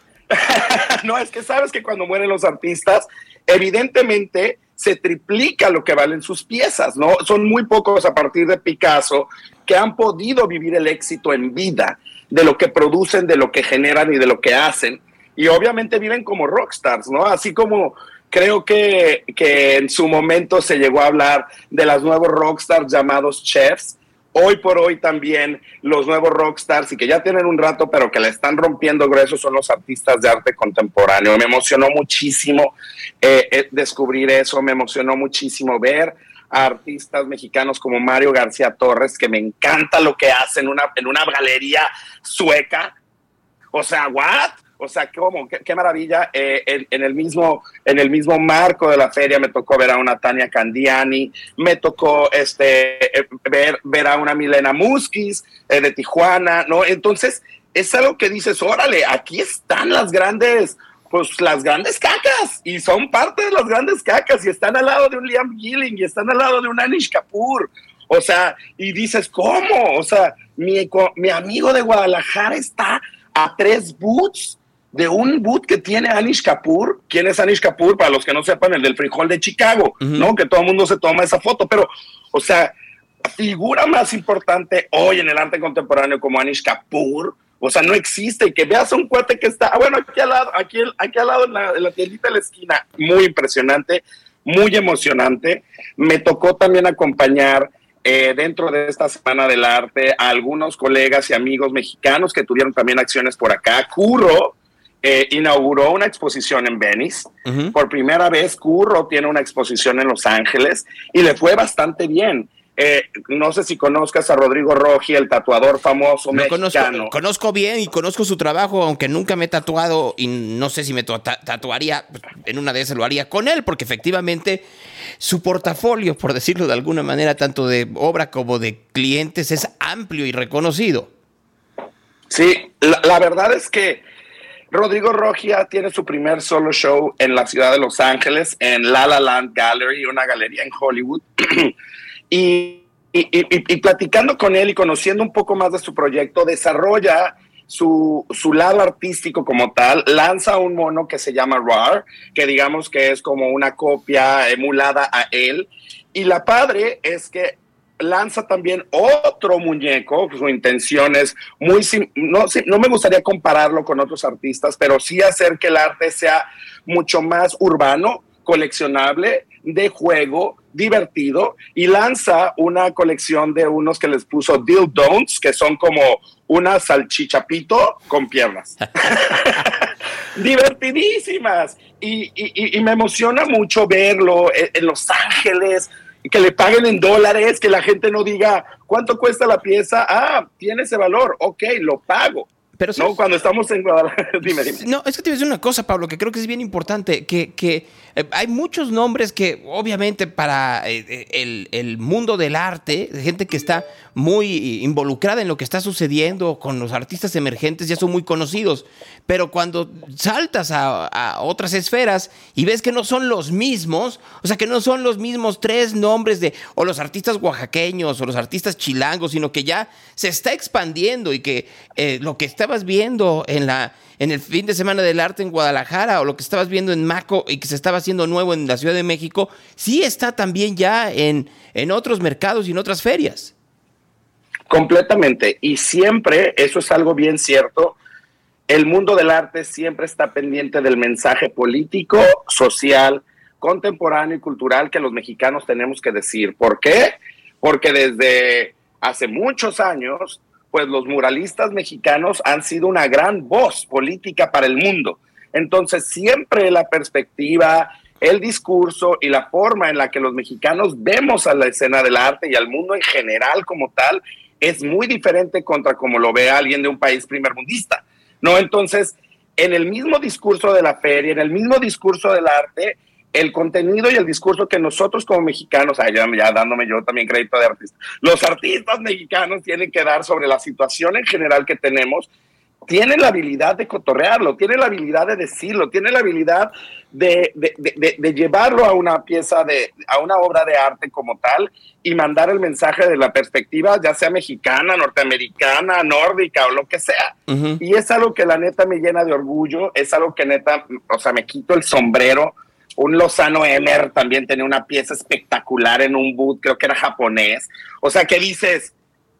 es que sabes que cuando mueren los artistas, evidentemente se triplica lo que valen sus piezas, ¿no? Son muy pocos a partir de Picasso que han podido vivir el éxito en vida de lo que producen, de lo que generan y de lo que hacen. Y obviamente viven como rockstars, ¿no? Así como creo que en su momento se llegó a hablar de los nuevos rockstars llamados chefs. Hoy por hoy también los nuevos rockstars y que ya tienen un rato pero que la están rompiendo grueso son los artistas de arte contemporáneo. Me emocionó muchísimo descubrir eso, me emocionó muchísimo ver a artistas mexicanos como Mario García Torres, que me encanta lo que hace en una galería sueca. O sea, ¿what? O sea, ¿cómo? Qué maravilla. En el mismo marco de la feria me tocó ver a una Tania Candiani, me tocó ver a una Milena Musquiz de Tijuana, ¿no? Entonces, es algo que dices, órale, aquí están las grandes cacas, y son parte de las grandes cacas, y están al lado de un Liam Gilling, y están al lado de un Anish Kapoor. O sea, y dices, ¿cómo? O sea, mi amigo de Guadalajara está a 3 booths de un boot que tiene Anish Kapoor. ¿Quién es Anish Kapoor? Para los que no sepan, el del frijol de Chicago, ¿no? Que todo el mundo se toma esa foto, pero, o sea, figura más importante hoy en el arte contemporáneo como Anish Kapoor, o sea, no existe. Y que veas a un cuate que está, aquí al lado en la tiendita de la esquina, muy impresionante, muy emocionante. Me tocó también acompañar dentro de esta Semana del Arte a algunos colegas y amigos mexicanos que tuvieron también acciones por acá. Curro inauguró una exposición en Venice. Por primera vez Curro tiene una exposición en Los Ángeles y le fue bastante bien. No sé si conozcas a Rodrigo Roggi, el tatuador famoso mexicano. Conozco bien y conozco su trabajo, aunque nunca me he tatuado y no sé si me tatuaría. En una de esas lo haría con él, porque efectivamente su portafolio, por decirlo de alguna manera, tanto de obra como de clientes, es amplio y reconocido. Sí, la verdad es que Rodrigo Roggi tiene su primer solo show en la ciudad de Los Ángeles, en La La Land Gallery, una galería en Hollywood. Y platicando con él y conociendo un poco más de su proyecto, desarrolla su lado artístico como tal, lanza un mono que se llama RAR, que digamos que es como una copia emulada a él. Y la padre es que lanza también otro muñeco. Su intención es no me gustaría compararlo con otros artistas, pero sí hacer que el arte sea mucho más urbano, coleccionable, de juego, divertido, y lanza una colección de unos que les puso Dildones, que son como una salchichapito con piernas. divertidísimas. Y me emociona mucho verlo en Los Ángeles, que le paguen en dólares, que la gente no diga cuánto cuesta la pieza. Tiene ese valor, ok, lo pago. Pero no, cuando estamos en Guadalajara, dime. No, es que te voy a decir una cosa, Pablo, que creo que es bien importante, que hay muchos nombres que obviamente para el mundo del arte, gente que está muy involucrada en lo que está sucediendo con los artistas emergentes, ya son muy conocidos, pero cuando saltas a otras esferas y ves que no son los mismos, o sea, que no son los mismos 3 nombres o los artistas oaxaqueños o los artistas chilangos, sino que ya se está expandiendo y que lo que estabas viendo en el fin de semana del arte en Guadalajara o lo que estabas viendo en Maco y que se estaba haciendo nuevo en la Ciudad de México, sí está también ya en otros mercados y en otras ferias. Completamente, y siempre, eso es algo bien cierto, el mundo del arte siempre está pendiente del mensaje político, social, contemporáneo y cultural que los mexicanos tenemos que decir. ¿Por qué? Porque desde hace muchos años, pues los muralistas mexicanos han sido una gran voz política para el mundo. Entonces siempre la perspectiva, el discurso y la forma en la que los mexicanos vemos a la escena del arte y al mundo en general como tal es muy diferente contra como lo ve alguien de un país primermundista, ¿no? Entonces, en el mismo discurso de la feria, en el mismo discurso del arte, el contenido y el discurso que nosotros como mexicanos, ya dándome yo también crédito de artista, los artistas mexicanos tienen que dar sobre la situación en general que tenemos, tienen la habilidad de cotorrearlo, tienen la habilidad de decirlo, tienen la habilidad de llevarlo a una pieza, a una obra de arte como tal y mandar el mensaje de la perspectiva, ya sea mexicana, norteamericana, nórdica o lo que sea. Uh-huh. Y es algo que la neta me llena de orgullo, es algo que neta, o sea, me quito el sombrero. Un Lozano Emer también tenía una pieza espectacular en un booth, creo que era japonés. O sea, que dices,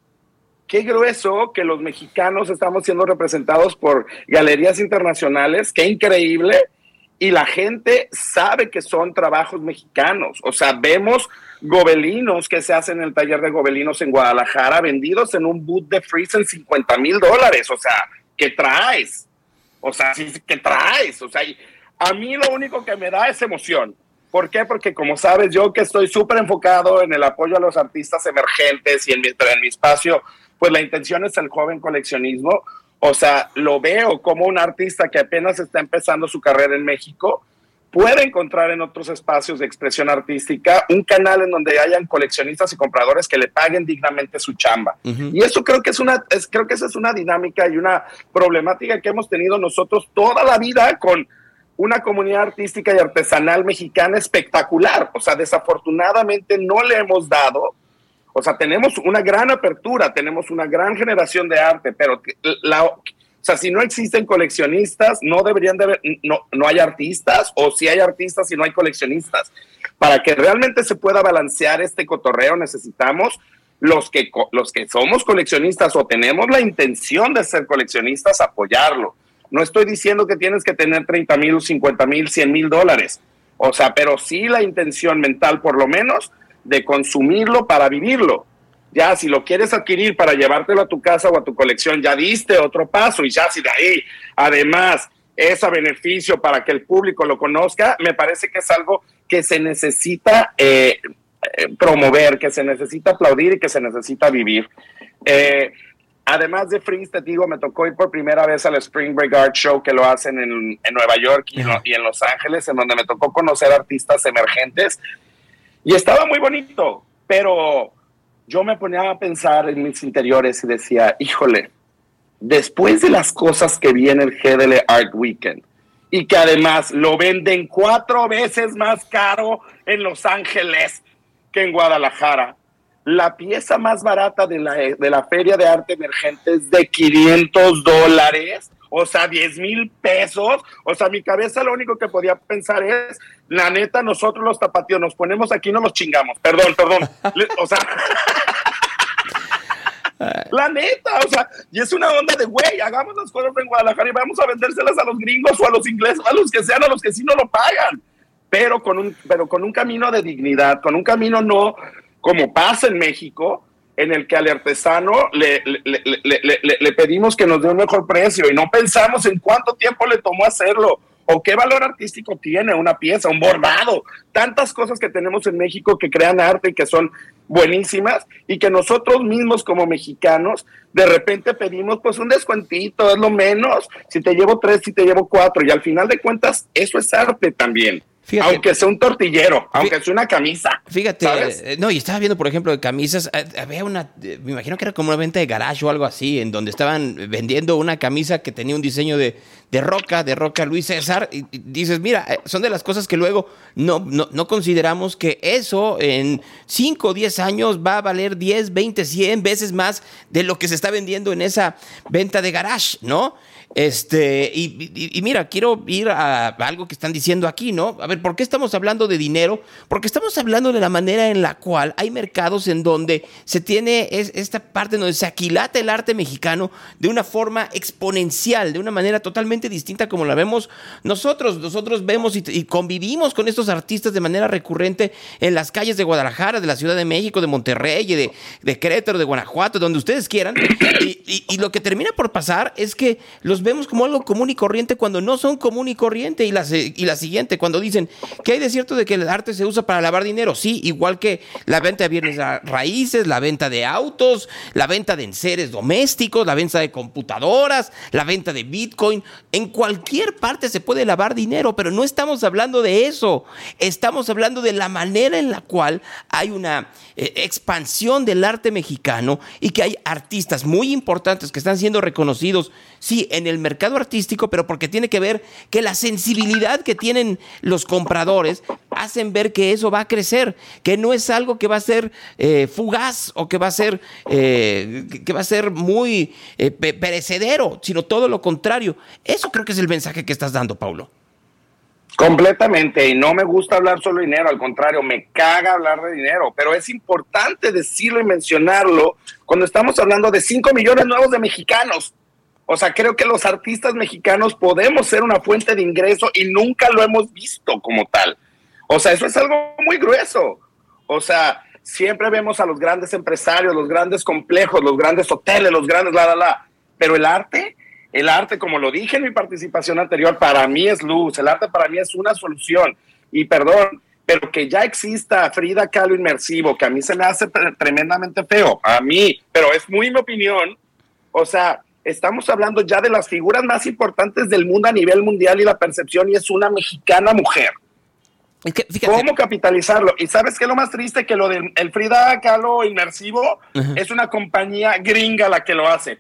qué grueso que los mexicanos estamos siendo representados por galerías internacionales, qué increíble, y la gente sabe que son trabajos mexicanos. O sea, vemos gobelinos que se hacen en el taller de gobelinos en Guadalajara, vendidos en un booth de Frieze en $50,000. O sea, ¿qué traes? O sea, sí, ¿qué traes? O sea, a mí lo único que me da es emoción. ¿Por qué? Porque como sabes, yo que estoy súper enfocado en el apoyo a los artistas emergentes y en mi espacio, pues la intención es el joven coleccionismo. O sea, lo veo como un artista que apenas está empezando su carrera en México, puede encontrar en otros espacios de expresión artística un canal en donde hayan coleccionistas y compradores que le paguen dignamente su chamba. Uh-huh. Y eso creo que creo que esa es una dinámica y una problemática que hemos tenido nosotros toda la vida con una comunidad artística y artesanal mexicana espectacular. O sea, desafortunadamente no le hemos dado. O sea, tenemos una gran apertura, tenemos una gran generación de arte, pero o sea, si no existen coleccionistas, no deberían de haber, no hay artistas, o si hay artistas y no hay coleccionistas. Para que realmente se pueda balancear este cotorreo, necesitamos los que somos coleccionistas o tenemos la intención de ser coleccionistas, apoyarlo. No estoy diciendo que tienes que tener $30,000, $50,000, $100,000. O sea, pero sí la intención mental, por lo menos, de consumirlo para vivirlo. Ya, si lo quieres adquirir para llevártelo a tu casa o a tu colección, ya diste otro paso, y ya si de ahí, además, es a beneficio para que el público lo conozca, me parece que es algo que se necesita promover, que se necesita aplaudir y que se necesita vivir. Además de Frieze, te digo, me tocó ir por primera vez al Spring Break Art Show, que lo hacen en Nueva York y en Los Ángeles, en donde me tocó conocer artistas emergentes. Y estaba muy bonito, pero yo me ponía a pensar en mis interiores y decía, híjole, después de las cosas que vi en el GDL Art Weekend, y que además lo venden 4 veces más caro en Los Ángeles que en Guadalajara, la pieza más barata de la Feria de Arte Emergente es de $500, o sea, $10,000. O sea, mi cabeza lo único que podía pensar es, la neta, nosotros los tapatíos nos ponemos aquí y no los chingamos. Perdón. O sea, la neta, o sea, y es una onda de, güey, hagamos las cosas en Guadalajara y vamos a vendérselas a los gringos o a los ingleses, a los que sean, a los que sí no lo pagan. Pero con un camino de dignidad, con un camino no como pasa en México, en el que al artesano le pedimos que nos dé un mejor precio y no pensamos en cuánto tiempo le tomó hacerlo o qué valor artístico tiene una pieza, un bordado, tantas cosas que tenemos en México que crean arte y que son buenísimas y que nosotros mismos como mexicanos de repente pedimos pues un descuentito, es lo menos, si te llevo 3, si te llevo 4 y al final de cuentas eso es arte también. Fíjate, aunque sea un tortillero, aunque sea una camisa. Fíjate, ¿sabes? No, y estaba viendo, por ejemplo, de camisas, había me imagino que era como una venta de garage o algo así, en donde estaban vendiendo una camisa que tenía un diseño de Roca Luis César, y dices, mira, son de las cosas que luego no consideramos que eso en 5 o 10 años va a valer 10, 20, 100 veces más de lo que se está vendiendo en esa venta de garage, ¿no? Y mira, quiero ir a algo que están diciendo aquí, ¿no? A ver, ¿por qué estamos hablando de dinero? Porque estamos hablando de la manera en la cual hay mercados en donde se tiene esta parte donde se aquilata el arte mexicano de una forma exponencial, de una manera totalmente distinta como la vemos nosotros. Nosotros vemos y convivimos con estos artistas de manera recurrente en las calles de Guadalajara, de la Ciudad de México, de Monterrey, de Querétaro, de Guanajuato, donde ustedes quieran. Y lo que termina por pasar es que los vemos como algo común y corriente cuando no son común y corriente. Y la siguiente, cuando dicen que hay de cierto de que el arte se usa para lavar dinero. Sí, igual que la venta de bienes raíces, la venta de autos, la venta de enseres domésticos, la venta de computadoras, la venta de Bitcoin. En cualquier parte se puede lavar dinero, pero no estamos hablando de eso. Estamos hablando de la manera en la cual hay una expansión del arte mexicano y que hay artistas muy importantes que están siendo reconocidos, sí, en el mercado artístico, pero porque tiene que ver que la sensibilidad que tienen los compradores hacen ver que eso va a crecer, que no es algo que va a ser fugaz o que va a ser muy perecedero, sino todo lo contrario. Eso creo que es el mensaje que estás dando, Paulo. Completamente, y no me gusta hablar solo de dinero, al contrario, me caga hablar de dinero, pero es importante decirlo y mencionarlo cuando estamos hablando de 5 millones nuevos de mexicanos. O sea, creo que los artistas mexicanos podemos ser una fuente de ingreso y nunca lo hemos visto como tal. O sea, eso es algo muy grueso. O sea, siempre vemos a los grandes empresarios, los grandes complejos, los grandes hoteles, los grandes pero el arte, como lo dije en mi participación anterior, para mí es luz, el arte para mí es una solución. Y perdón, pero que ya exista Frida Kahlo inmersivo, que a mí se me hace tremendamente feo, a mí, pero es muy mi opinión. O sea, estamos hablando ya de las figuras más importantes del mundo a nivel mundial y la percepción, y es una mexicana mujer. Es que, fíjate, ¿cómo capitalizarlo? Y ¿sabes qué es lo más triste? Que lo del Frida Kahlo inmersivo es una compañía gringa la que lo hace.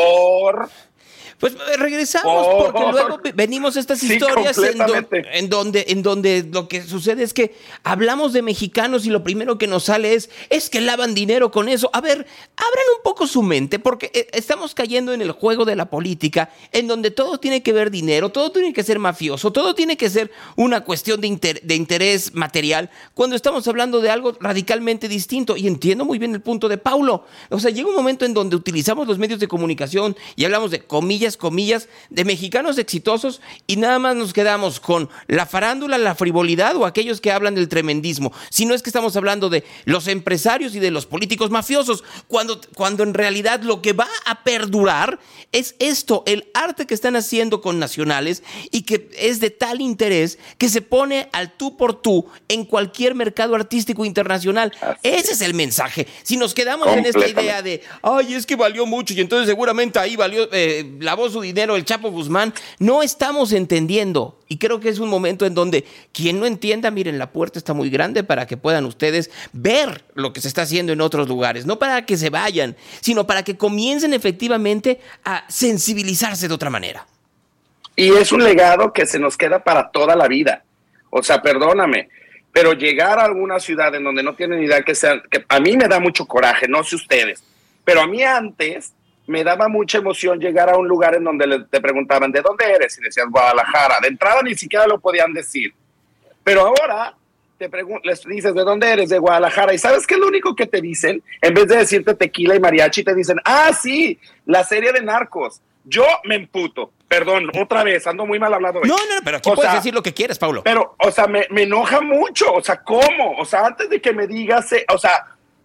Pues regresamos, porque luego venimos a estas historias en donde lo que sucede es que hablamos de mexicanos y lo primero que nos sale es que lavan dinero con eso. A ver, abran un poco su mente, porque estamos cayendo en el juego de la política, en donde todo tiene que ver dinero, todo tiene que ser mafioso, todo tiene que ser una cuestión de interés material, cuando estamos hablando de algo radicalmente distinto. Y entiendo muy bien el punto de Paulo. O sea, llega un momento en donde utilizamos los medios de comunicación y hablamos de comillas, de mexicanos exitosos y nada más nos quedamos con la farándula, la frivolidad o aquellos que hablan del tremendismo. Si no es que estamos hablando de los empresarios y de los políticos mafiosos, cuando en realidad lo que va a perdurar es esto, el arte que están haciendo con nacionales y que es de tal interés que se pone al tú por tú en cualquier mercado artístico internacional. Ese es el mensaje. Si nos quedamos en esta idea de, ay, es que valió mucho y entonces seguramente ahí valió su dinero el Chapo Guzmán, no estamos entendiendo. Y creo que es un momento en donde quien no entienda, miren, la puerta está muy grande para que puedan ustedes ver lo que se está haciendo en otros lugares, no para que se vayan, sino para que comiencen efectivamente a sensibilizarse de otra manera. Y es un legado que se nos queda para toda la vida. O sea, perdóname, pero llegar a alguna ciudad en donde no tienen idea que a mí me da mucho coraje, no sé ustedes, pero a mí antes me daba mucha emoción llegar a un lugar en donde te preguntaban, ¿de dónde eres? Y decías, Guadalajara. De entrada ni siquiera lo podían decir. Pero ahora les dices, ¿de dónde eres? De Guadalajara. ¿Y sabes qué es lo único que te dicen? En vez de decirte tequila y mariachi, te dicen, sí, la serie de Narcos. Yo me emputo. Perdón, otra vez, ando muy mal hablado hoy. No, pero aquí puedes decir lo que quieras, Paulo. Pero, o sea, me enoja mucho. O sea, ¿cómo? O sea, antes de que me digas,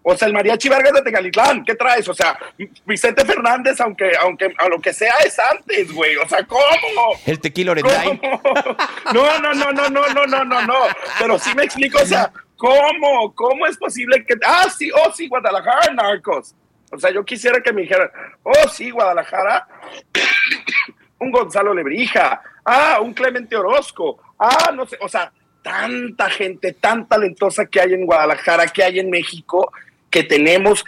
O sea, el Mariachi Vargas de Tegalitlán, ¿qué traes? O sea, Vicente Fernández, aunque a lo que sea es antes, güey. O sea, ¿cómo? El Tequila Oretay. No. Pero sí me explico, o sea, ¿cómo es posible que... sí, Guadalajara, narcos. O sea, yo quisiera que me dijeran, sí, Guadalajara, un Gonzalo Lebrija, un Clemente Orozco, no sé, o sea, tanta gente tan talentosa que hay en Guadalajara, que hay en México, que tenemos,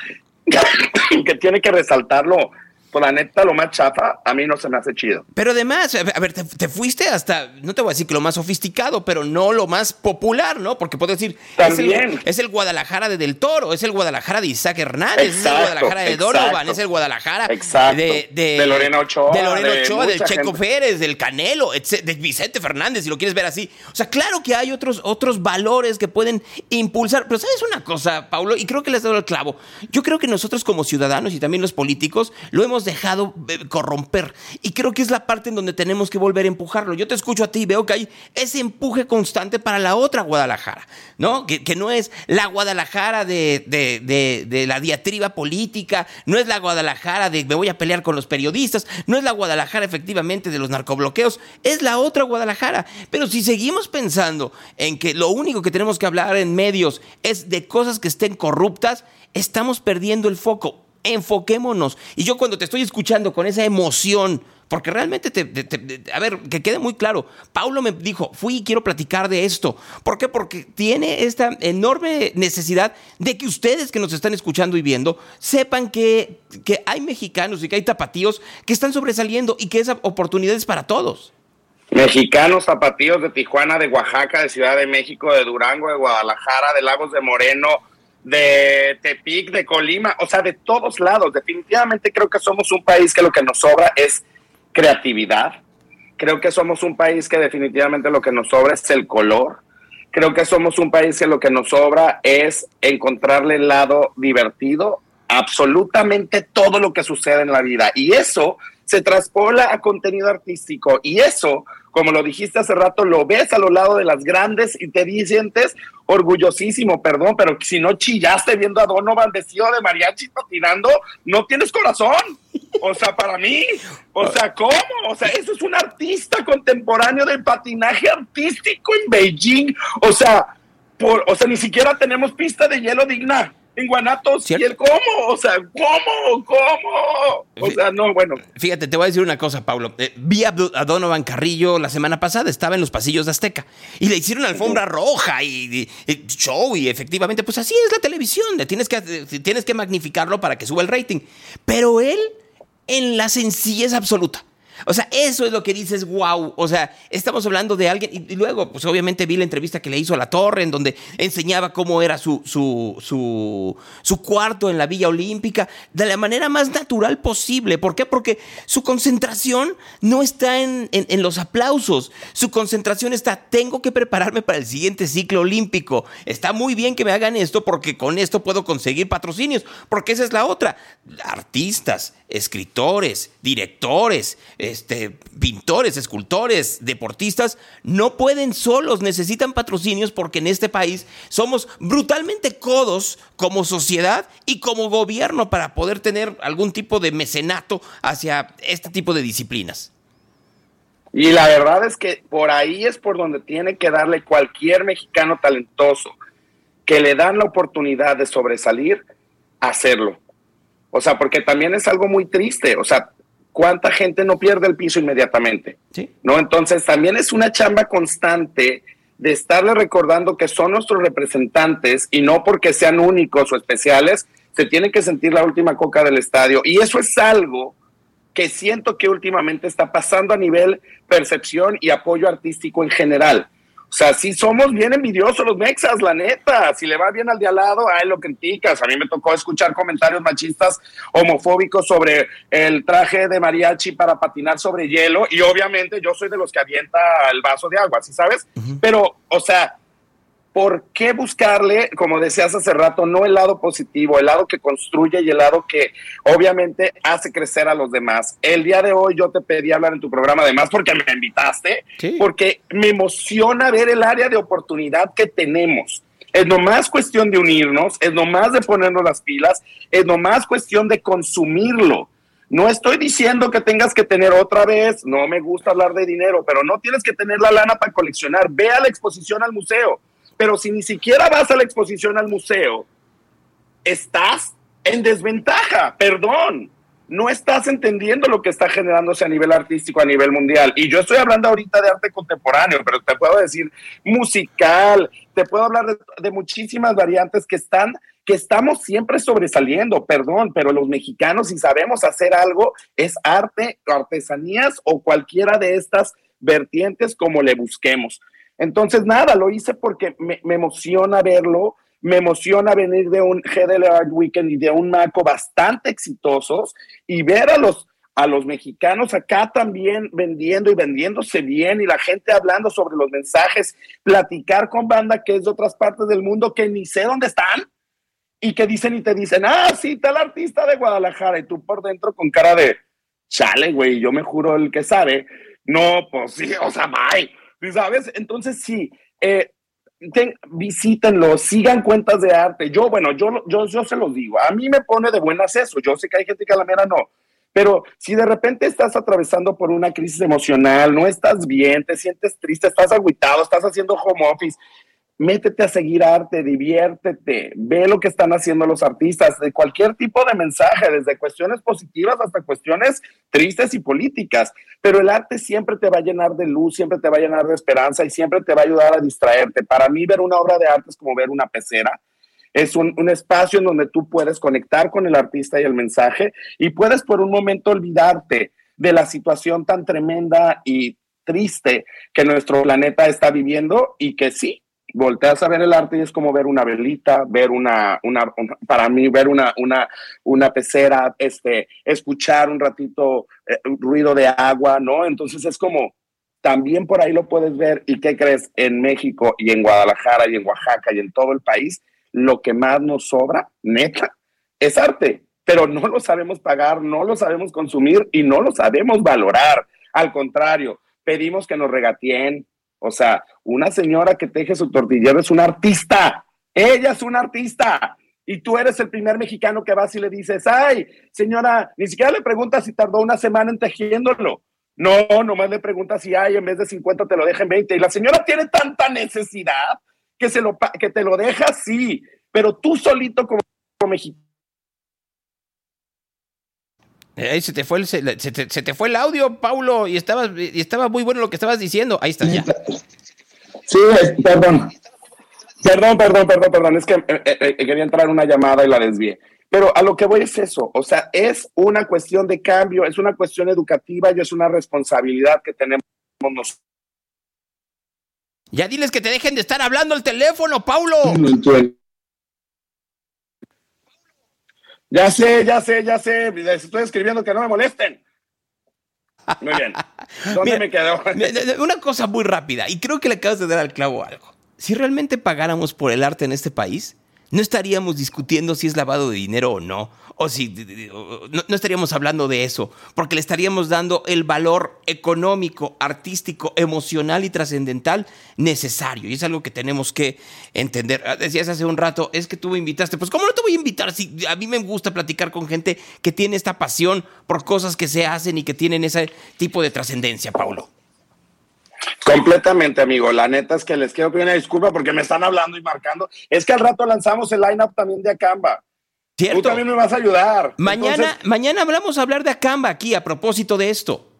que tiene que resaltarlo. Pues la neta, lo más chafa, a mí no se me hace chido. Pero además, a ver, te fuiste hasta, no te voy a decir que lo más sofisticado, pero no lo más popular, ¿no? Porque puedo decir, es el Guadalajara de Del Toro, es el Guadalajara de Isaac Hernández, es el Guadalajara de Donovan, es el Guadalajara de Lorena Ochoa, del Checo Pérez, del Canelo, de Vicente Fernández, si lo quieres ver así. O sea, claro que hay otros valores que pueden impulsar, pero ¿sabes una cosa, Paulo? Y creo que le has dado el clavo. Yo creo que nosotros como ciudadanos y también los políticos lo hemos dejado corromper, y creo que es la parte en donde tenemos que volver a empujarlo. Yo te escucho a ti y veo que hay ese empuje constante para la otra Guadalajara, ¿no? Que no es la Guadalajara de la diatriba política, no es la Guadalajara de me voy a pelear con los periodistas, no es la Guadalajara efectivamente de los narcobloqueos, es la otra Guadalajara. Pero si seguimos pensando en que lo único que tenemos que hablar en medios es de cosas que estén corruptas, estamos perdiendo el foco. Enfoquémonos. Y yo cuando te estoy escuchando con esa emoción, porque realmente a ver, que quede muy claro, Paulo me dijo, fui y quiero platicar de esto. ¿Por qué? Porque tiene esta enorme necesidad de que ustedes que nos están escuchando y viendo sepan que hay mexicanos y que hay tapatíos que están sobresaliendo y que esa oportunidad es para todos. Mexicanos, tapatíos de Tijuana, de Oaxaca, de Ciudad de México, de Durango, de Guadalajara, de Lagos de Moreno, de Tepic, de Colima, o sea, de todos lados. Definitivamente creo que somos un país que lo que nos sobra es creatividad. Creo que somos un país que definitivamente lo que nos sobra es el color. Creo que somos un país que lo que nos sobra es encontrarle el lado divertido a absolutamente todo lo que sucede en la vida. Y eso se traspola a contenido artístico. Y eso, como lo dijiste hace rato, lo ves a lo lado de las grandes y te sientes orgullosísimo, perdón, pero si no chillaste viendo a Donovan vestido de mariachi patinando, no tienes corazón. O sea, para mí, o sea, ¿cómo? O sea, eso es un artista contemporáneo del patinaje artístico en Beijing. O sea, ni siquiera tenemos pista de hielo digna en Guanatos. ¿Cierto? ¿Y el cómo? O sea, ¿cómo? O sea, no, bueno. Fíjate, te voy a decir una cosa, Paulo. Vi a Donovan Carrillo la semana pasada, estaba en los pasillos de Azteca y le hicieron alfombra roja y show, y efectivamente, pues así es la televisión. Tienes que magnificarlo para que suba el rating. Pero él, en la sencillez absoluta. O sea, eso es lo que dices, wow. O sea, estamos hablando de alguien. Y luego, pues obviamente vi la entrevista que le hizo a La Torre, en donde enseñaba cómo era su cuarto en la Villa Olímpica, de la manera más natural posible. ¿Por qué? Porque su concentración no está en los aplausos. Su concentración está, tengo que prepararme para el siguiente ciclo olímpico. Está muy bien que me hagan esto, porque con esto puedo conseguir patrocinios. Porque esa es la otra. Artistas, escritores, directores, pintores, escultores, deportistas, no pueden solos, necesitan patrocinios, porque en este país somos brutalmente codos como sociedad y como gobierno para poder tener algún tipo de mecenato hacia este tipo de disciplinas. Y la verdad es que por ahí es por donde tiene que darle cualquier mexicano talentoso que le dan la oportunidad de sobresalir, hacerlo. O sea, porque también es algo muy triste, o sea, ¿cuánta gente no pierde el piso inmediatamente? ¿Sí? ¿No? Entonces también es una chamba constante de estarle recordando que son nuestros representantes, y no porque sean únicos o especiales, se tiene que sentir la última coca del estadio. Y eso es algo que siento que últimamente está pasando a nivel percepción y apoyo artístico en general. O sea, sí somos bien envidiosos los mexas, la neta. Si le va bien al de al lado, lo criticas. A mí me tocó escuchar comentarios machistas, homofóbicos sobre el traje de mariachi para patinar sobre hielo, y obviamente yo soy de los que avienta el vaso de agua, ¿sí sabes? Uh-huh. Pero, o sea, ¿por qué buscarle, como decías hace rato, no el lado positivo, el lado que construye y el lado que obviamente hace crecer a los demás? El día de hoy yo te pedí hablar en tu programa, además porque me invitaste, ¿sí? Porque me emociona ver el área de oportunidad que tenemos. Es nomás cuestión de unirnos, es nomás de ponernos las pilas, es nomás cuestión de consumirlo. No estoy diciendo que tengas que tener otra vez, no me gusta hablar de dinero, pero no tienes que tener la lana para coleccionar. Ve a la exposición al museo, pero si ni siquiera vas a la exposición al museo, estás en desventaja, perdón. No estás entendiendo lo que está generándose a nivel artístico, a nivel mundial. Y yo estoy hablando ahorita de arte contemporáneo, pero te puedo decir musical, te puedo hablar de muchísimas variantes que estamos siempre sobresaliendo, perdón, pero los mexicanos, si sabemos hacer algo, es arte, artesanías o cualquiera de estas vertientes como le busquemos. Entonces, nada, lo hice porque me emociona verlo. Me emociona venir de un GDL Art Weekend y de un MACO bastante exitosos y ver a los mexicanos acá también vendiendo y vendiéndose bien y la gente hablando sobre los mensajes, platicar con banda que es de otras partes del mundo que ni sé dónde están y que dicen y te dicen, sí, tal artista de Guadalajara, y tú por dentro con cara de, chale, güey, yo me juro el que sabe. No, pues sí, o sea, bye, ¿sabes? Entonces sí, visítenlo, sigan cuentas de arte. Yo se los digo, a mí me pone de buenas eso. Yo sé que hay gente que a la mera no, pero si de repente estás atravesando por una crisis emocional, no estás bien, te sientes triste, estás agüitado, estás haciendo home office, métete a seguir arte, diviértete, ve lo que están haciendo los artistas, de cualquier tipo de mensaje, desde cuestiones positivas hasta cuestiones tristes y políticas, pero el arte siempre te va a llenar de luz, siempre te va a llenar de esperanza y siempre te va a ayudar a distraerte. Para mí ver una obra de arte es como ver una pecera, es un espacio en donde tú puedes conectar con el artista y el mensaje y puedes por un momento olvidarte de la situación tan tremenda y triste que nuestro planeta está viviendo y que sí, volteas a ver el arte y es como ver una velita, ver para mí ver una pecera, escuchar un ratito ruido de agua, ¿no? Entonces es como, también por ahí lo puedes ver. ¿Y qué crees? En México y en Guadalajara y en Oaxaca y en todo el país, lo que más nos sobra, neta, es arte, pero no lo sabemos pagar, no lo sabemos consumir y no lo sabemos valorar. Al contrario, pedimos que nos regateen. O sea, una señora que teje su tortillero es una artista. Ella es una artista. Y tú eres el primer mexicano que vas y le dices, ay, señora, ni siquiera le preguntas si tardó una semana en tejiéndolo. No, nomás le preguntas si en vez de 50 te lo deja en 20. Y la señora tiene tanta necesidad que te lo deja, sí. Pero tú solito como mexicano. Se te fue el audio, Paulo, y estaba muy bueno lo que estabas diciendo. Ahí está, ya. Sí, perdón. Es que quería entrar una llamada y la desvié. Pero a lo que voy es eso. O sea, es una cuestión de cambio, es una cuestión educativa y es una responsabilidad que tenemos nosotros. Ya diles que te dejen de estar hablando al teléfono, Paulo. Ya sé. Les estoy escribiendo que no me molesten. Muy bien. ¿Dónde me quedó? Una cosa muy rápida, y creo que le acabas de dar al clavo algo. Si realmente pagáramos por el arte en este país, no estaríamos discutiendo si es lavado de dinero o no, o si no estaríamos hablando de eso, porque le estaríamos dando el valor económico, artístico, emocional y trascendental necesario, y es algo que tenemos que entender. Decías hace un rato, es que tú me invitaste. Pues ¿cómo no te voy a invitar si a mí me gusta platicar con gente que tiene esta pasión por cosas que se hacen y que tienen ese tipo de trascendencia, Paulo? Completamente, amigo. La neta es que les quiero pedir una disculpa porque me están hablando y marcando. Es que al rato lanzamos el line-up también de Acamba. ¿Cierto? Tú también me vas a ayudar. Mañana hablamos a hablar de Acamba aquí a propósito de esto.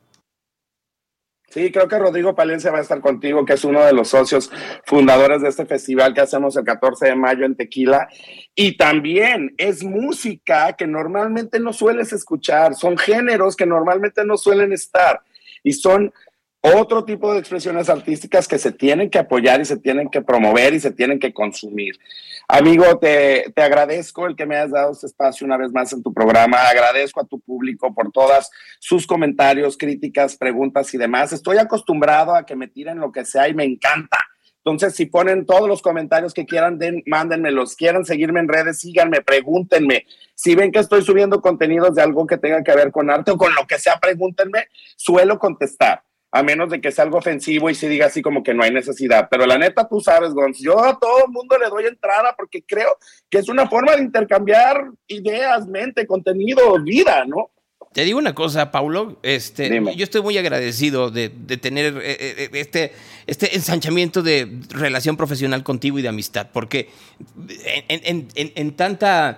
Sí, creo que Rodrigo Palencia va a estar contigo, que es uno de los socios fundadores de este festival que hacemos el 14 de mayo en Tequila. Y también es música que normalmente no sueles escuchar. Son géneros que normalmente no suelen estar. Y son otro tipo de expresiones artísticas que se tienen que apoyar y se tienen que promover y se tienen que consumir. Amigo, te agradezco el que me hayas dado este espacio una vez más en tu programa. Agradezco a tu público por todas sus comentarios, críticas, preguntas y demás. Estoy acostumbrado a que me tiren lo que sea y me encanta. Entonces, si ponen todos los comentarios que quieran, mándenmelos. Quieren seguirme en redes, síganme, pregúntenme. Si ven que estoy subiendo contenidos de algo que tenga que ver con arte o con lo que sea, pregúntenme. Suelo contestar. a menos de que sea algo ofensivo y se diga así como que no hay necesidad. Pero la neta, tú sabes, Gonz, yo a todo el mundo le doy entrada porque creo que es una forma de intercambiar ideas, mente, contenido, vida, ¿no? Te digo una cosa, Paulo, yo estoy muy agradecido de tener este ensanchamiento de relación profesional contigo y de amistad, porque en tanta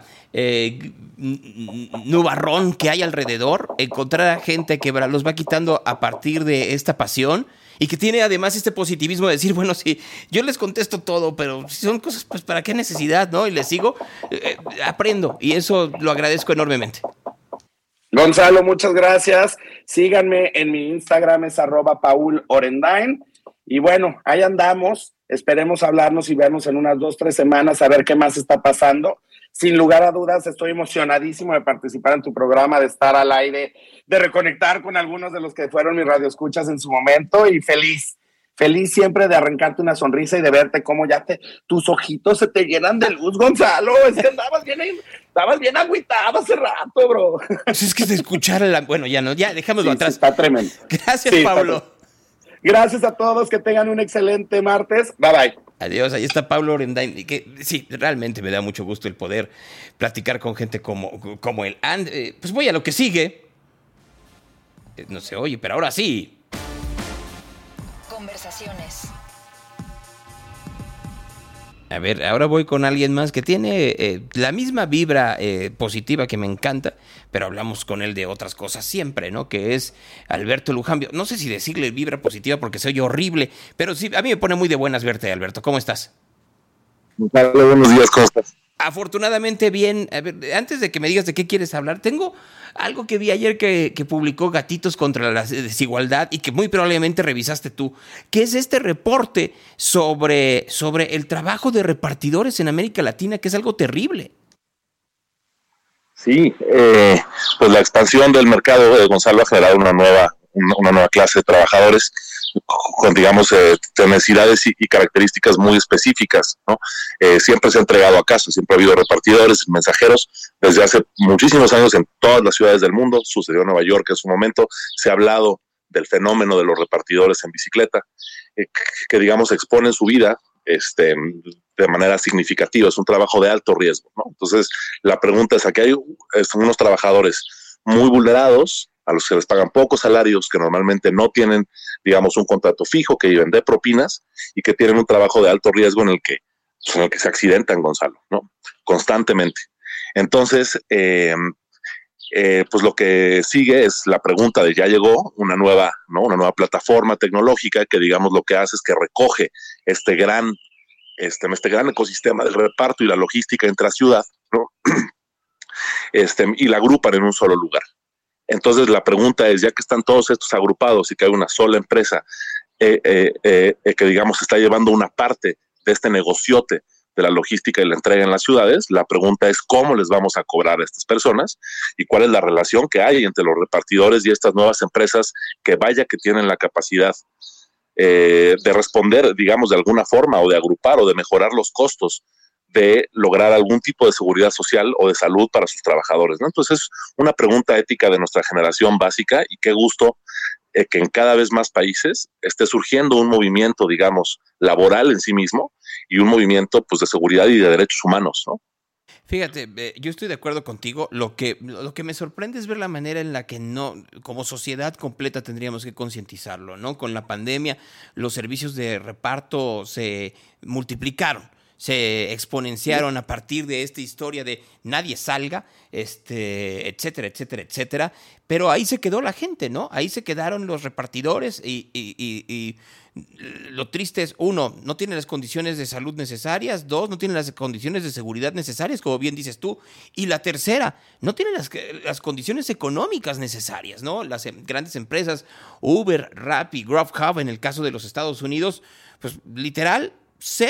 nubarrón que hay alrededor, encontrar a gente que los va quitando a partir de esta pasión y que tiene además este positivismo de decir, bueno, sí, yo les contesto todo, pero si son cosas, pues ¿para qué necesidad, no? Y les sigo, aprendo, y eso lo agradezco enormemente. Gonzalo, muchas gracias. Síganme en mi Instagram, es @PaulOrendain. Y bueno, ahí andamos. Esperemos hablarnos y vernos en unas 2-3 semanas a ver qué más está pasando. Sin lugar a dudas, estoy emocionadísimo de participar en tu programa, de estar al aire, de reconectar con algunos de los que fueron mis radioescuchas en su momento y feliz siempre de arrancarte una sonrisa y de verte cómo ya tus ojitos se te llenan de luz, Gonzalo. Es que estabas bien agüitado hace rato, bro. Pues es que de escuchar bueno, ya dejémoslo atrás. Sí, está tremendo. Gracias, Pablo. Gracias a todos, que tengan un excelente martes. Bye, bye. Adiós, ahí está Paulo Orendain, que sí, realmente me da mucho gusto el poder platicar con gente como él. Pues voy a lo que sigue. No se oye, pero ahora sí. Conversaciones. A ver, ahora voy con alguien más que tiene la misma vibra positiva que me encanta, pero hablamos con él de otras cosas siempre, ¿no? Que es Alberto Lujambio. No sé si decirle vibra positiva porque se oye horrible, pero sí, a mí me pone muy de buenas verte, Alberto. ¿Cómo estás? Hola, buenos días, ¿cómo estás? Afortunadamente bien. A ver, antes de que me digas de qué quieres hablar, tengo algo que vi ayer que publicó Gatitos contra la Desigualdad y que muy probablemente revisaste tú, que es este reporte sobre el trabajo de repartidores en América Latina, que es algo terrible. Sí, pues la expansión del mercado de Gonzalo ha generado una nueva clase de trabajadores con, digamos, necesidades y características muy específicas, ¿no? Siempre se ha entregado a casa, siempre ha habido repartidores, mensajeros, desde hace muchísimos años en todas las ciudades del mundo. Sucedió en Nueva York en su momento, se ha hablado del fenómeno de los repartidores en bicicleta, que digamos exponen su vida de manera significativa. Es un trabajo de alto riesgo, ¿no? Entonces, la pregunta es, aquí hay unos trabajadores muy vulnerados, a los que les pagan pocos salarios, que normalmente no tienen, digamos, un contrato fijo, que viven de propinas y que tienen un trabajo de alto riesgo en el que se accidentan, Gonzalo, ¿no? Constantemente. Entonces, pues lo que sigue es la pregunta de ya llegó una nueva plataforma tecnológica que, digamos, lo que hace es que recoge este gran ecosistema del reparto y la logística intraciudad, ¿no? Y la agrupan en un solo lugar. Entonces la pregunta es, ya que están todos estos agrupados y que hay una sola empresa que, digamos, está llevando una parte de este negociote de la logística y la entrega en las ciudades, la pregunta es cómo les vamos a cobrar a estas personas y cuál es la relación que hay entre los repartidores y estas nuevas empresas que tienen la capacidad de responder, digamos, de alguna forma, o de agrupar o de mejorar los costos de lograr algún tipo de seguridad social o de salud para sus trabajadores, ¿no? Entonces es una pregunta ética de nuestra generación básica, y qué gusto que en cada vez más países esté surgiendo un movimiento, digamos, laboral en sí mismo, y un movimiento, pues, de seguridad y de derechos humanos, ¿no? Fíjate, yo estoy de acuerdo contigo. Lo que me sorprende es ver la manera en la que como sociedad completa tendríamos que concientizarlo, ¿no? Con la pandemia, los servicios de reparto se multiplicaron, se exponenciaron a partir de esta historia de nadie salga, etcétera, etcétera, etcétera. Pero ahí se quedó la gente, ¿no? Ahí se quedaron los repartidores y lo triste es, uno, no tienen las condiciones de salud necesarias; dos, no tienen las condiciones de seguridad necesarias, como bien dices tú; y la tercera, no tienen las condiciones económicas necesarias, ¿no? Las grandes empresas, Uber, Rappi, Grubhub, en el caso de los Estados Unidos, pues literal, cero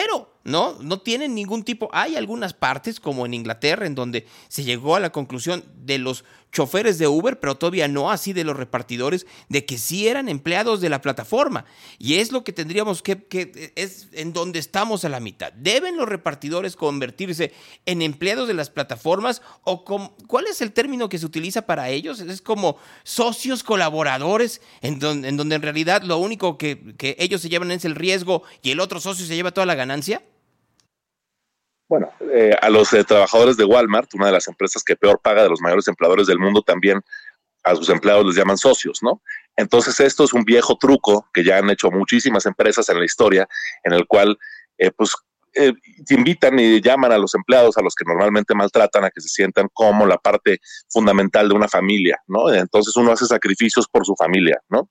¿no? No tienen ningún tipo. Hay algunas partes, como en Inglaterra, en donde se llegó a la conclusión de los choferes de Uber, pero todavía no así de los repartidores, de que sí eran empleados de la plataforma. Y es lo que tendríamos que es en donde estamos a la mitad. ¿Deben los repartidores convertirse en empleados de las plataformas? ¿O cuál es el término que se utiliza para ellos? ¿Es como socios colaboradores, en donde en realidad lo único que ellos se llevan es el riesgo y el otro socio se lleva toda la ganancia? Bueno, a los trabajadores de Walmart, una de las empresas que peor paga, de los mayores empleadores del mundo, también a sus empleados les llaman socios, ¿no? Entonces esto es un viejo truco que ya han hecho muchísimas empresas en la historia, en el cual invitan y llaman a los empleados, a los que normalmente maltratan, a que se sientan como la parte fundamental de una familia, ¿no? Entonces uno hace sacrificios por su familia, ¿no?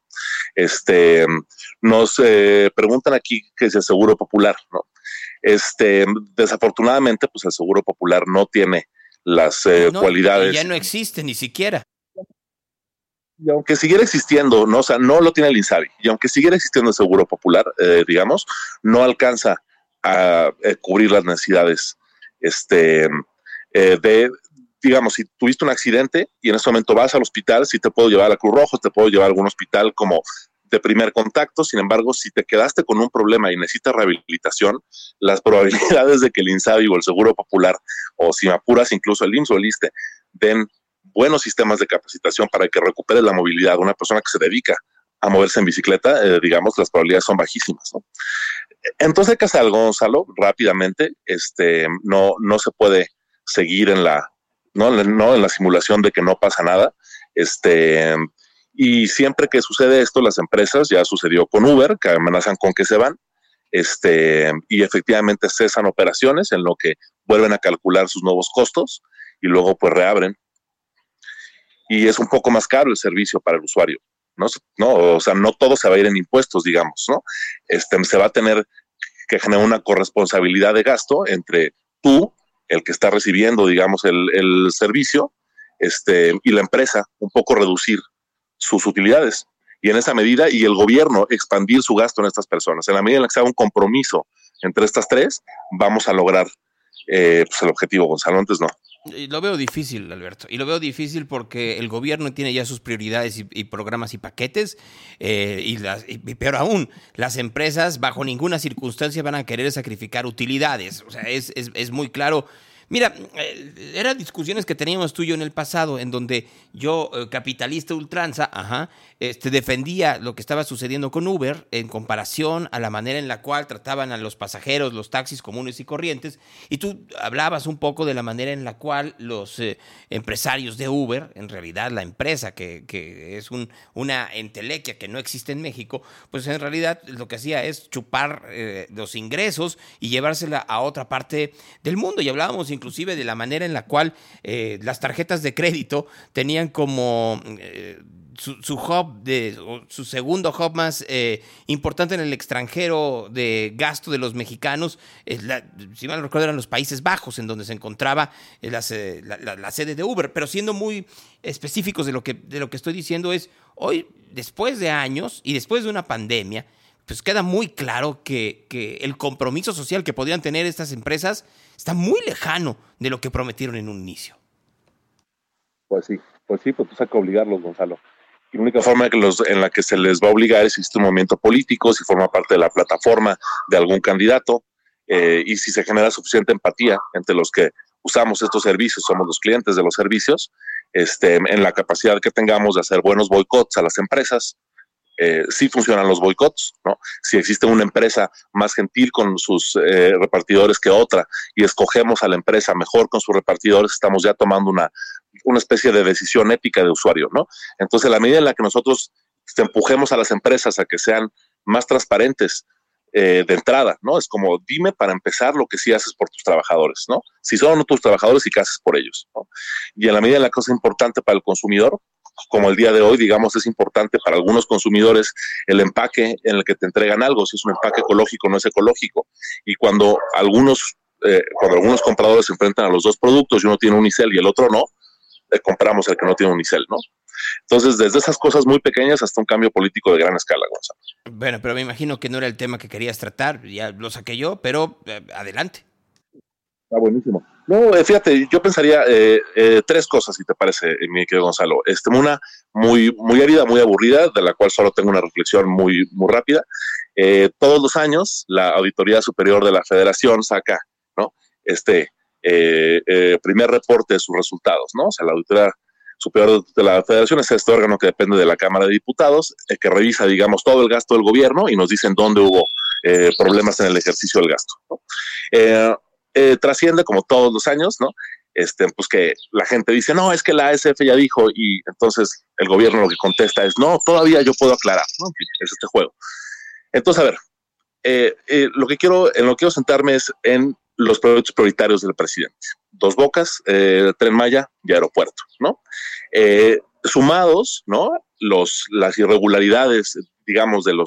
Nos preguntan aquí qué es el Seguro Popular, ¿no? Desafortunadamente, pues el Seguro Popular no tiene las cualidades. Ya no existe ni siquiera. Y aunque siguiera existiendo, ¿no? O sea, no lo tiene el INSABI, y aunque siguiera existiendo el Seguro Popular, digamos, no alcanza a cubrir las necesidades digamos, si tuviste un accidente y en ese momento vas al hospital, sí te puedo llevar a la Cruz Roja, te puedo llevar a algún hospital como de primer contacto. Sin embargo, si te quedaste con un problema y necesitas rehabilitación, las probabilidades de que el INSABI o el Seguro Popular, o si me apuras incluso el IMSS o el ISSSTE, den buenos sistemas de capacitación para que recupere la movilidad de una persona que se dedica a moverse en bicicleta, digamos, las probabilidades son bajísimas, ¿no? Entonces hay que hacer algo, Gonzalo, rápidamente. No se puede seguir en la simulación de que no pasa nada. Y siempre que sucede esto, las empresas, ya sucedió con Uber, que amenazan con que se van, y efectivamente cesan operaciones, en lo que vuelven a calcular sus nuevos costos y luego pues reabren. Y es un poco más caro el servicio para el usuario, ¿no? O sea, no todo se va a ir en impuestos, digamos, ¿no? Se va a tener que generar una corresponsabilidad de gasto entre tú, el que está recibiendo, digamos, el servicio, y la empresa, un poco reducir sus utilidades. Y en esa medida, y el gobierno expandir su gasto en estas personas. En la medida en la que se haga un compromiso entre estas tres, vamos a lograr pues el objetivo, Gonzalo. Antes no. Y lo veo difícil, Alberto, y lo veo difícil porque el gobierno tiene ya sus prioridades y programas y paquetes, y peor aún, las empresas bajo ninguna circunstancia van a querer sacrificar utilidades. O sea, es muy claro. Mira, eran discusiones que teníamos tú y yo en el pasado, en donde yo, capitalista ultranza, defendía lo que estaba sucediendo con Uber en comparación a la manera en la cual trataban a los pasajeros, los taxis comunes y corrientes, y tú hablabas un poco de la manera en la cual los empresarios de Uber, en realidad la empresa que es una entelequia que no existe en México, pues en realidad lo que hacía es chupar los ingresos y llevársela a otra parte del mundo. Y hablábamos inclusive de la manera en la cual las tarjetas de crédito tenían como su hub, su segundo hub más importante en el extranjero de gasto de los mexicanos, si mal no recuerdo eran los Países Bajos, en donde se encontraba la sede de Uber. Pero siendo muy específicos de lo que estoy diciendo es, hoy, después de años y después de una pandemia, pues queda muy claro que el compromiso social que podrían tener estas empresas está muy lejano de lo que prometieron en un inicio. Pues sí, pues hay que obligarlos, Gonzalo. Y la única forma en la que se les va a obligar es si existe un movimiento político, si forma parte de la plataforma de algún candidato, y si se genera suficiente empatía entre los que usamos estos servicios, somos los clientes de los servicios, en la capacidad que tengamos de hacer buenos boicots a las empresas. Sí funcionan los boicots, ¿no? Si existe una empresa más gentil con sus repartidores que otra y escogemos a la empresa mejor con sus repartidores, estamos ya tomando una especie de decisión ética de usuario, ¿no? Entonces, a la medida en la que nosotros empujemos a las empresas a que sean más transparentes de entrada, ¿no? Es como, dime para empezar lo que sí haces por tus trabajadores, ¿no? Si son tus trabajadores y qué haces por ellos, ¿no? Y en la medida en la que es importante para el consumidor, como el día de hoy, digamos, es importante para algunos consumidores el empaque en el que te entregan algo, si es un empaque ecológico o no es ecológico. Y cuando algunos compradores se enfrentan a los dos productos y uno tiene Unicel y el otro no, compramos el que no tiene unicel, ¿no? Entonces, desde esas cosas muy pequeñas hasta un cambio político de gran escala, Gonzalo. Bueno, pero me imagino que no era el tema que querías tratar, ya lo saqué yo, pero adelante. Está buenísimo. No, fíjate, yo pensaría tres cosas, si te parece, mi querido Gonzalo. Una muy, muy árida, muy aburrida, de la cual solo tengo una reflexión muy, muy rápida. Todos los años, la Auditoría Superior de la Federación saca, ¿no? Primer reporte de sus resultados, ¿no? O sea, la Auditoría Superior de la Federación es este órgano que depende de la Cámara de Diputados, que revisa, digamos, todo el gasto del gobierno y nos dicen dónde hubo problemas en el ejercicio del gasto, ¿no? Trasciende como todos los años, ¿no? Pues que la gente dice, no, es que la ASF ya dijo, y entonces el gobierno lo que contesta es, no, todavía yo puedo aclarar, ¿no? Es este juego. Entonces, a ver, en lo que quiero sentarme es en los proyectos prioritarios del presidente. Dos Bocas, Tren Maya y aeropuerto, ¿no? Sumados, ¿no? Las irregularidades, digamos, de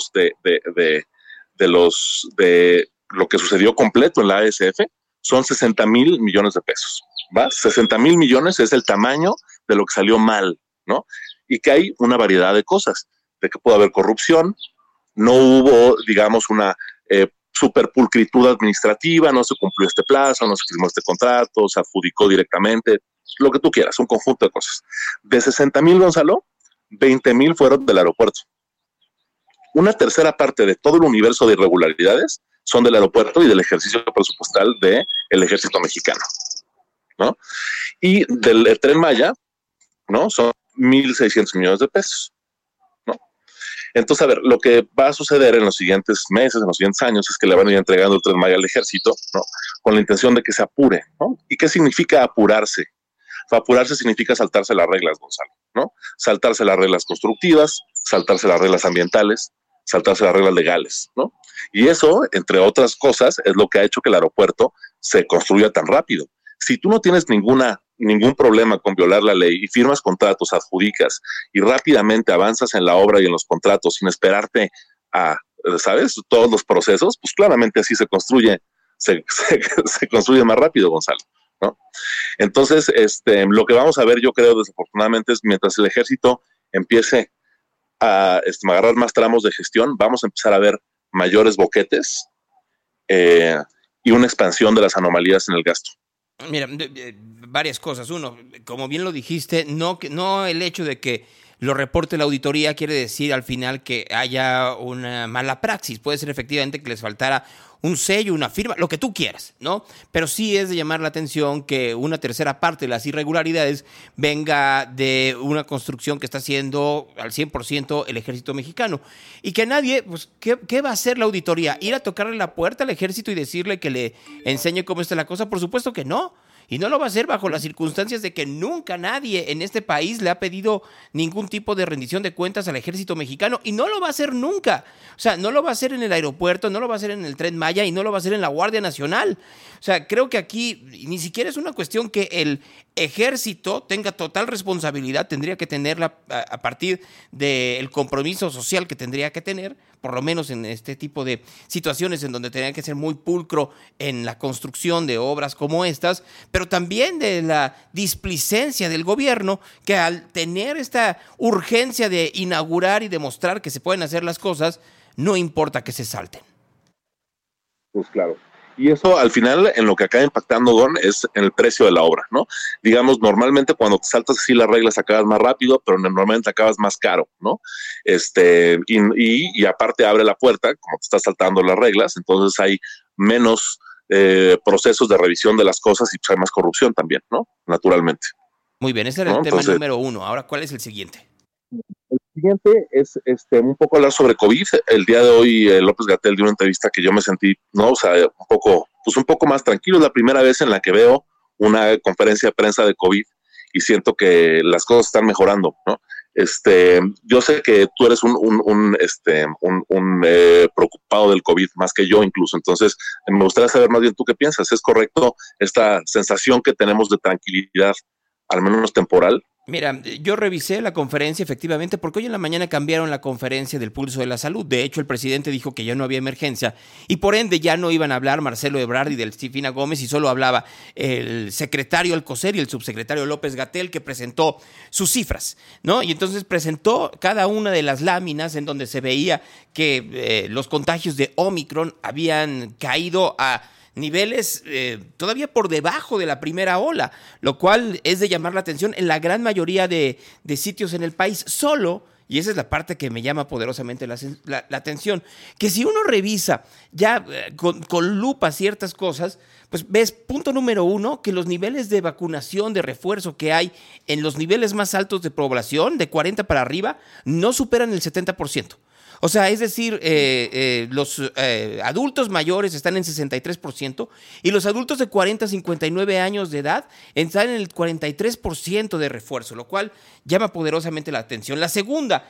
lo que sucedió completo en la ASF, son 60,000 millones de pesos, ¿va? 60,000 millones es el tamaño de lo que salió mal, ¿no? Y que hay una variedad de cosas, de que puede haber corrupción, no hubo, digamos, una superpulcritud administrativa, no se cumplió este plazo, no se firmó este contrato, se adjudicó directamente, lo que tú quieras, un conjunto de cosas. De 60,000, Gonzalo, 20,000 fueron del aeropuerto. Una tercera parte de todo el universo de irregularidades son del aeropuerto y del ejercicio presupuestal del Ejército Mexicano, ¿no? Y del Tren Maya, ¿no? Son 1,600 millones de pesos, ¿no? Entonces, a ver, lo que va a suceder en los siguientes meses, en los siguientes años, es que le van a ir entregando el Tren Maya al Ejército, ¿no? Con la intención de que se apure, ¿no? ¿Y qué significa apurarse? Apurarse significa saltarse las reglas, Gonzalo, ¿no? Saltarse las reglas constructivas, saltarse las reglas ambientales, saltarse las reglas legales, ¿no? Y eso, entre otras cosas, es lo que ha hecho que el aeropuerto se construya tan rápido. Si tú no tienes ningún problema con violar la ley y firmas contratos, adjudicas y rápidamente avanzas en la obra y en los contratos sin esperarte a, ¿sabes?, todos los procesos, pues claramente así se construye más rápido, Gonzalo, ¿no? Entonces, lo que vamos a ver, yo creo, desafortunadamente, es mientras el ejército empiece a agarrar más tramos de gestión, vamos a empezar a ver mayores boquetes y una expansión de las anomalías en el gasto. Mira, varias cosas. Uno, como bien lo dijiste, no el hecho de que lo reporte la auditoría quiere decir al final que haya una mala praxis. Puede ser efectivamente que les faltara un sello, una firma, lo que tú quieras, ¿no? Pero sí es de llamar la atención que una tercera parte de las irregularidades venga de una construcción que está haciendo al 100% el ejército mexicano. Y que nadie, pues, ¿qué va a hacer la auditoría? ¿Ir a tocarle la puerta al ejército y decirle que le enseñe cómo está la cosa? Por supuesto que no. Y no lo va a hacer bajo las circunstancias de que nunca nadie en este país le ha pedido ningún tipo de rendición de cuentas al ejército mexicano, y no lo va a hacer nunca. O sea, no lo va a hacer en el aeropuerto, no lo va a hacer en el Tren Maya y no lo va a hacer en la Guardia Nacional. O sea, creo que aquí ni siquiera es una cuestión que el ejército tenga total responsabilidad, tendría que tenerla a partir del compromiso social que tendría que tener, por lo menos en este tipo de situaciones en donde tendría que ser muy pulcro en la construcción de obras como estas, pero también de la displicencia del gobierno, que al tener esta urgencia de inaugurar y demostrar que se pueden hacer las cosas, no importa que se salten. Pues claro. Y eso al final en lo que acaba impactando, Don, es en el precio de la obra, ¿no? Digamos, normalmente cuando te saltas así las reglas acabas más rápido, pero normalmente acabas más caro, ¿no? Y aparte abre la puerta, como te estás saltando las reglas, entonces hay menos procesos de revisión de las cosas y pues hay más corrupción también, ¿no? Naturalmente. Muy bien, ese era el tema número 1. Ahora, ¿cuál es el siguiente? El siguiente es un poco hablar sobre COVID. El día de hoy López-Gatell dio una entrevista que yo me sentí, ¿no? O sea, un poco más tranquilo. Es la primera vez en la que veo una conferencia de prensa de COVID y siento que las cosas están mejorando, ¿no? Yo sé que tú eres un preocupado del COVID, más que yo incluso. Entonces, me gustaría saber más bien tú qué piensas. ¿Es correcto esta sensación que tenemos de tranquilidad, al menos temporal, Mira, yo revisé la conferencia efectivamente porque hoy en la mañana cambiaron la conferencia del Pulso de la Salud. De hecho, el presidente dijo que ya no había emergencia y por ende ya no iban a hablar Marcelo Ebrard y Delfina Gómez y solo hablaba el secretario Alcocer y el subsecretario López-Gatell, que presentó sus cifras, ¿no? Y entonces presentó cada una de las láminas en donde se veía que los contagios de Omicron habían caído a niveles todavía por debajo de la primera ola, lo cual es de llamar la atención en la gran mayoría de sitios en el país. Solo, y esa es la parte que me llama poderosamente la atención, que si uno revisa ya con lupa ciertas cosas, pues ves, punto número 1, que los niveles de vacunación, de refuerzo que hay en los niveles más altos de población, de 40 para arriba, no superan el 70%. O sea, es decir, los adultos mayores están en 63% y los adultos de 40 a 59 años de edad están en el 43% de refuerzo, lo cual llama poderosamente la atención. La segunda,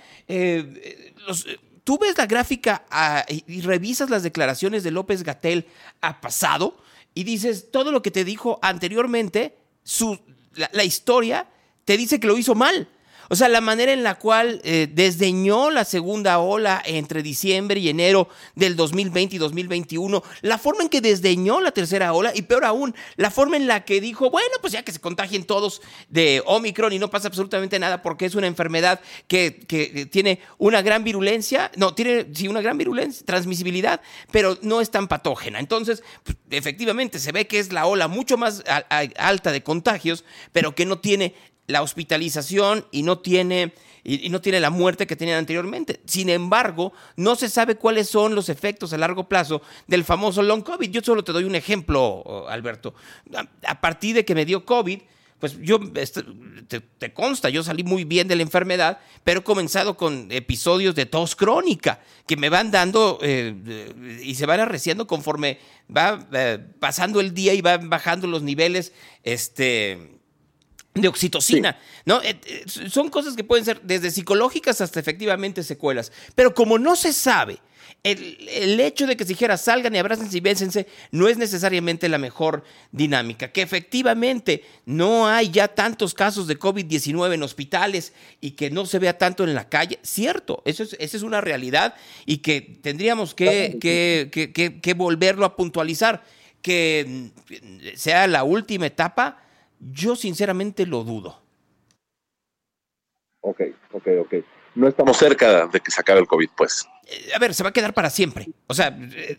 tú ves la gráfica y revisas las declaraciones de López-Gatell a pasado y dices, todo lo que te dijo anteriormente, la historia te dice que lo hizo mal. O sea, la manera en la cual desdeñó la segunda ola entre diciembre y enero del 2020 y 2021, la forma en que desdeñó la tercera ola y peor aún, la forma en la que dijo, bueno, pues ya que se contagien todos de Omicron y no pasa absolutamente nada porque es una enfermedad que tiene una gran virulencia, una gran virulencia, transmisibilidad, pero no es tan patógena. Entonces, pues, efectivamente, se ve que es la ola mucho más alta de contagios, pero que no tiene la hospitalización y no tiene la muerte que tenían anteriormente. Sin embargo, no se sabe cuáles son los efectos a largo plazo del famoso long COVID. Yo solo te doy un ejemplo, Alberto. A partir de que me dio COVID, pues yo, te consta, yo salí muy bien de la enfermedad, pero he comenzado con episodios de tos crónica que me van dando y se van arreciando conforme va pasando el día y van bajando los niveles de oxitocina, sí, ¿no? Son cosas que pueden ser desde psicológicas hasta efectivamente secuelas. Pero como no se sabe, el hecho de que se dijera salgan y abrácense y bésense no es necesariamente la mejor dinámica. Que efectivamente no hay ya tantos casos de COVID-19 en hospitales y que no se vea tanto en la calle, cierto, esa es una realidad y que tendríamos que volverlo a puntualizar. Que sea la última etapa, yo sinceramente lo dudo. Ok. No estamos cerca de que se acabe el COVID, pues. A ver, se va a quedar para siempre. O sea... de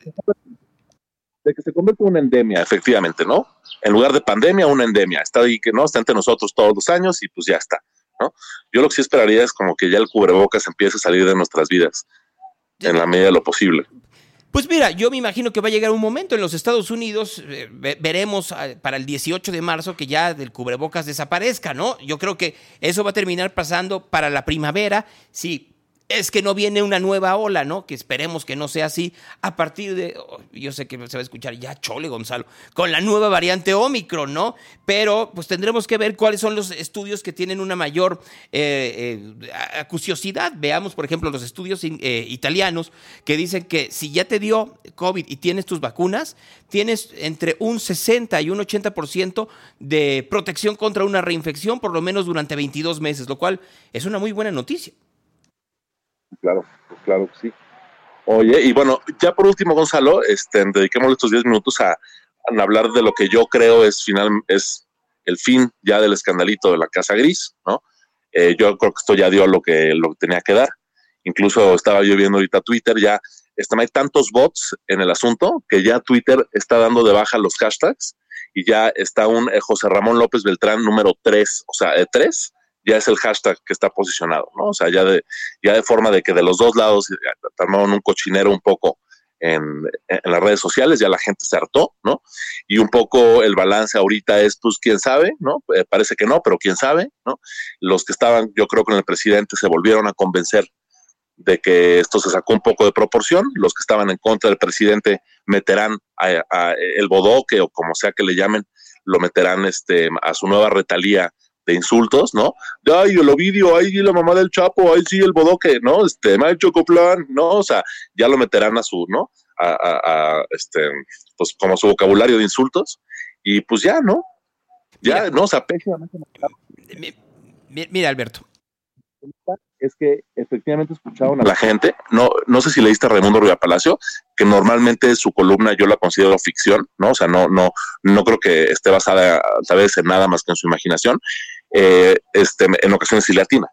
que se convierta en una endemia, efectivamente, ¿no? En lugar de pandemia, una endemia. Está ahí que no, está entre nosotros todos los años y pues ya está, ¿no? Yo lo que sí esperaría es como que ya el cubrebocas empiece a salir de nuestras vidas en la medida de lo posible. Pues mira, yo me imagino que va a llegar un momento en los Estados Unidos, veremos para el 18 de marzo que ya del cubrebocas desaparezca, ¿no? Yo creo que eso va a terminar pasando para la primavera, sí. Es que no viene una nueva ola, ¿no? Que esperemos que no sea así a partir de... yo sé que se va a escuchar ya chole, Gonzalo, con la nueva variante Omicron, ¿no? Pero pues tendremos que ver cuáles son los estudios que tienen una mayor acuciosidad. Veamos, por ejemplo, los estudios italianos que dicen que si ya te dio COVID y tienes tus vacunas, tienes entre un 60 y un 80% de protección contra una reinfección, por lo menos durante 22 meses, lo cual es una muy buena noticia. Claro que sí. Oye, y bueno, ya por último, Gonzalo, dediquémosle estos 10 minutos a hablar de lo que yo creo es el fin ya del escandalito de la Casa Gris, ¿no? Yo creo que esto ya dio lo que tenía que dar. Incluso estaba yo viendo ahorita Twitter, ya hay tantos bots en el asunto que ya Twitter está dando de baja los hashtags y ya está un José Ramón López Beltrán número 3, o sea, 3, ya es el hashtag que está posicionado, ¿no? O sea, ya de forma de que de los dos lados armaron un cochinero un poco en las redes sociales, ya la gente se hartó, ¿no? Y un poco el balance ahorita es, pues, quién sabe, ¿no? Parece que no, pero quién sabe, ¿no? Los que estaban, yo creo, con el presidente se volvieron a convencer de que esto se sacó un poco de proporción. Los que estaban en contra del presidente meterán a el bodoque, o como sea que le llamen, lo meterán a su nueva retalía de insultos, ¿no? Ay, el Ovidio, ay, la mamá del Chapo, ay, sí, el bodoque, ¿no? Mal Chocoplan, ¿no? O sea, ya lo meterán a su, ¿no? Pues como su vocabulario de insultos, y pues ya, ¿no? Ya, mira, no, o sea, pésimamente. Mira, Alberto. Es que efectivamente escucharon a la gente. No sé si leíste a Raimundo Riva Palacio, que normalmente su columna yo la considero ficción, ¿no? O sea, no creo que esté basada tal vez en nada más que en su imaginación. En ocasiones sí le atina.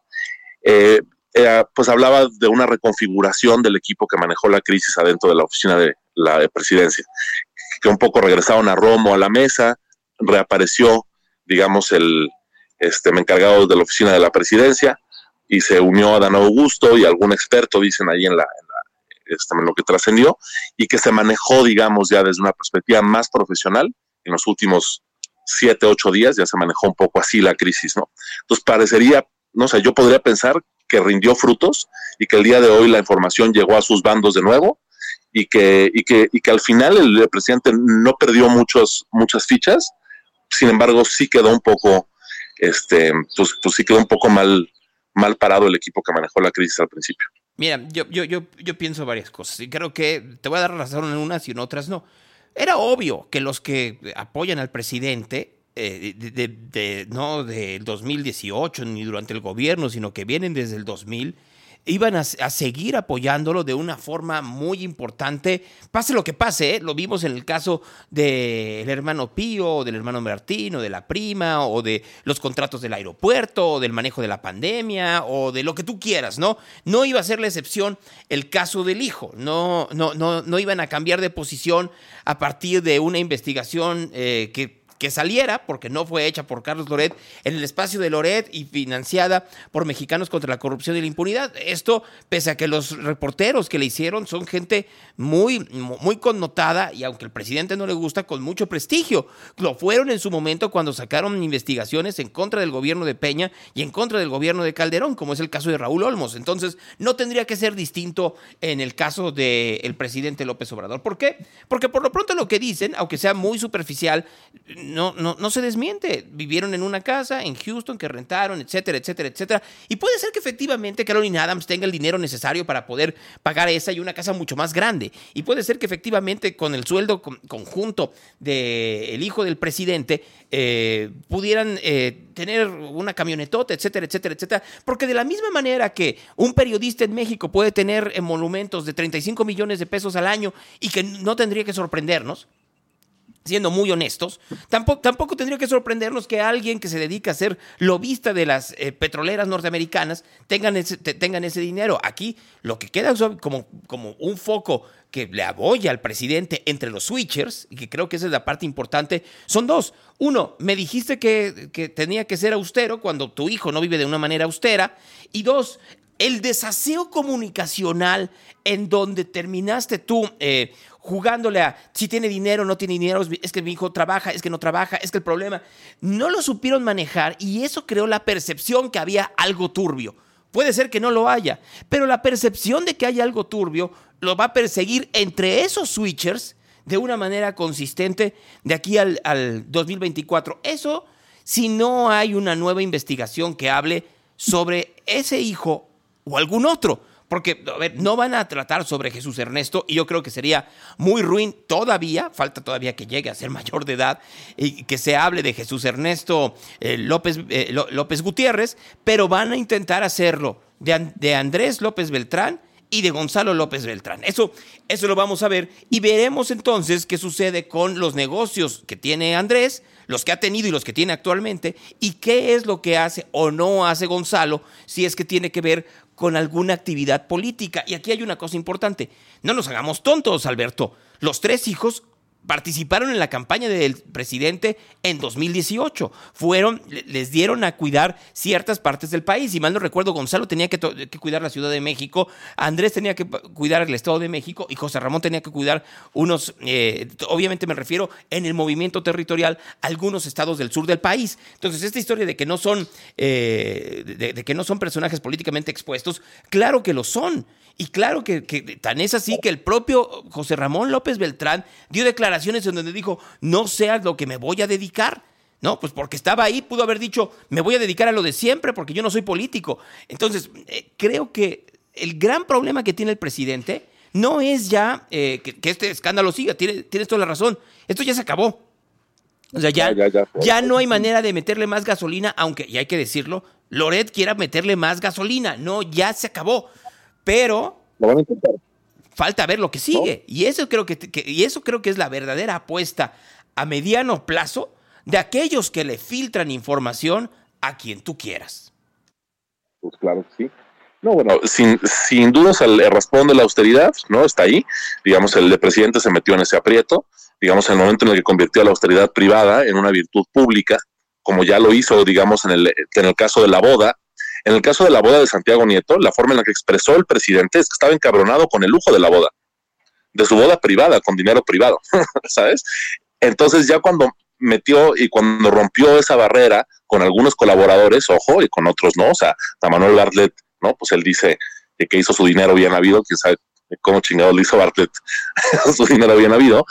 Pues hablaba de una reconfiguración del equipo que manejó la crisis adentro de la oficina de la presidencia, que un poco regresaron a Romo a la mesa, reapareció, digamos, el encargado de la oficina de la presidencia, y se unió a Dan Augusto y algún experto, dicen ahí en lo que trascendió, y que se manejó, digamos, ya desde una perspectiva más profesional. En los últimos 7, 8 días ya se manejó un poco así la crisis, ¿no? Entonces parecería, no sé, yo podría pensar que rindió frutos y que el día de hoy la información llegó a sus bandos de nuevo y que al final el presidente no perdió muchas fichas. Sin embargo, sí quedó un poco, pues sí quedó un poco mal parado el equipo que manejó la crisis al principio. Mira, yo pienso varias cosas y creo que te voy a dar razón en unas y en otras no. Era obvio que los que apoyan al presidente, no del 2018 ni durante el gobierno, sino que vienen desde el 2000, iban a seguir apoyándolo de una forma muy importante, pase lo que pase, ¿eh? Lo vimos en el caso del hermano Pío, o del hermano Martín, o de la prima, o de los contratos del aeropuerto, o del manejo de la pandemia, o de lo que tú quieras, ¿no? No iba a ser la excepción el caso del hijo, no iban a cambiar de posición a partir de una investigación que saliera, porque no fue hecha por Carlos Loret, en el espacio de Loret y financiada por Mexicanos contra la Corrupción y la Impunidad. Esto, pese a que los reporteros que le hicieron son gente muy, muy connotada y, aunque al presidente no le gusta, con mucho prestigio. Lo fueron en su momento cuando sacaron investigaciones en contra del gobierno de Peña y en contra del gobierno de Calderón, como es el caso de Raúl Olmos. Entonces, no tendría que ser distinto en el caso del presidente López Obrador. ¿Por qué? Porque por lo pronto lo que dicen, aunque sea muy superficial, no se desmiente. Vivieron en una casa en Houston que rentaron, etcétera, etcétera, etcétera. Y puede ser que efectivamente Caroline Adams tenga el dinero necesario para poder pagar esa y una casa mucho más grande. Y puede ser que efectivamente con el sueldo conjunto del hijo del presidente pudieran tener una camionetota, etcétera, etcétera, etcétera. Porque de la misma manera que un periodista en México puede tener emolumentos de 35 millones de pesos al año y que no tendría que sorprendernos, siendo muy honestos, tampoco tendría que sorprendernos que alguien que se dedica a ser lobista de las petroleras norteamericanas tengan ese dinero. Aquí lo que queda como un foco que le aboya al presidente entre los switchers, y que creo que esa es la parte importante, son dos. Uno, me dijiste que tenía que ser austero cuando tu hijo no vive de una manera austera. Y dos, el desaseo comunicacional en donde terminaste tú jugándole a si tiene dinero, no tiene dinero, es que mi hijo trabaja, es que no trabaja, es que el problema. No lo supieron manejar y eso creó la percepción que había algo turbio. Puede ser que no lo haya, pero la percepción de que hay algo turbio lo va a perseguir entre esos switchers de una manera consistente de aquí al 2024. Eso si no hay una nueva investigación que hable sobre ese hijo o algún otro. Porque, a ver, no van a tratar sobre Jesús Ernesto y yo creo que sería muy ruin todavía, falta todavía que llegue a ser mayor de edad y que se hable de Jesús Ernesto López Gutiérrez, pero van a intentar hacerlo de Andrés López Beltrán y de Gonzalo López Beltrán. Eso lo vamos a ver y veremos entonces qué sucede con los negocios que tiene Andrés, los que ha tenido y los que tiene actualmente, y qué es lo que hace o no hace Gonzalo, si es que tiene que ver con alguna actividad política. Y aquí hay una cosa importante. No nos hagamos tontos, Alberto. Los tres hijos participaron en la campaña del presidente en 2018. Les dieron a cuidar ciertas partes del país. Si mal no recuerdo, Gonzalo tenía que cuidar la Ciudad de México, Andrés tenía que cuidar el Estado de México y José Ramón tenía que cuidar unos, obviamente me refiero en el movimiento territorial, algunos estados del sur del país. Entonces, esta historia de que no son, de que no son personajes políticamente expuestos, claro que lo son. Y claro que tan es así que el propio José Ramón López Beltrán dio declaraciones en donde dijo, no sé a lo que me voy a dedicar. No, pues porque estaba ahí, pudo haber dicho, me voy a dedicar a lo de siempre porque yo no soy político. Entonces, creo que el gran problema que tiene el presidente no es ya que este escándalo siga, tienes toda la razón. Esto ya se acabó. O sea, ya no hay manera de meterle más gasolina, aunque, y hay que decirlo, Loret quiera meterle más gasolina. No, ya se acabó. Pero lo van a intentar. Falta ver lo que sigue. ¿No? Y eso creo que es la verdadera apuesta a mediano plazo de aquellos que le filtran información a quien tú quieras. Pues claro que sí. No, bueno, sin duda se responde la austeridad, ¿no? Está ahí. Digamos, el presidente se metió en ese aprieto. Digamos, en el momento en el que convirtió a la austeridad privada en una virtud pública, como ya lo hizo, digamos, en el caso de la boda. En el caso de la boda de Santiago Nieto, la forma en la que expresó el presidente es que estaba encabronado con el lujo de la boda, de su boda privada, con dinero privado, ¿sabes? Entonces ya cuando metió y cuando rompió esa barrera con algunos colaboradores, ojo, y con otros no, o sea, a Manuel Bartlett, ¿no? Pues él dice que hizo su dinero bien habido, quién sabe cómo chingado le hizo Bartlett su dinero bien habido,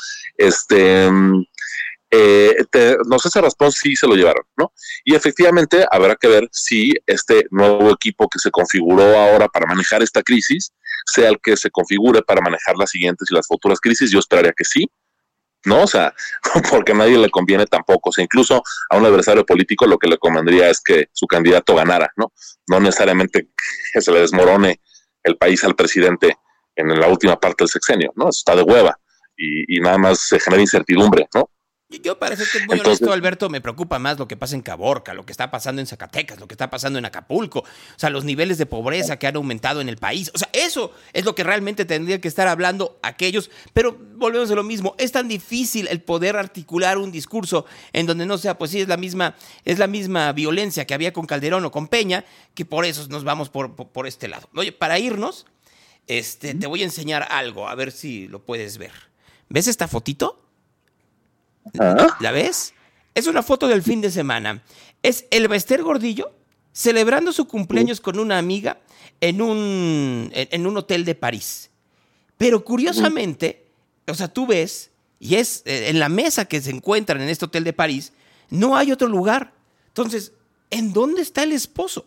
no sé, ese raspón sí se lo llevaron, ¿no? Y efectivamente habrá que ver si este nuevo equipo que se configuró ahora para manejar esta crisis sea el que se configure para manejar las siguientes y las futuras crisis. Yo esperaría que sí, ¿no? O sea, porque a nadie le conviene tampoco. O sea, incluso a un adversario político lo que le convendría es que su candidato ganara, ¿no? No necesariamente que se le desmorone el país al presidente en la última parte del sexenio, ¿no? Eso está de hueva y nada más se genera incertidumbre, ¿no? Yo, para ser muy honesto, Alberto, me preocupa más lo que pasa en Caborca, lo que está pasando en Zacatecas, lo que está pasando en Acapulco, o sea, los niveles de pobreza que han aumentado en el país. O sea, eso es lo que realmente tendría que estar hablando aquellos, pero volvemos a lo mismo. Es tan difícil el poder articular un discurso en donde no sea, pues sí, es la misma violencia que había con Calderón o con Peña, que por eso nos vamos por este lado. Oye, para irnos, te voy a enseñar algo, a ver si lo puedes ver. ¿Ves esta fotito? ¿La ves? Es una foto del fin de semana. Es el Bester Gordillo celebrando su cumpleaños con una amiga en un hotel de París. Pero curiosamente, o sea, tú ves, y es en la mesa que se encuentran en este hotel de París, no hay otro lugar. Entonces, ¿en dónde está el esposo?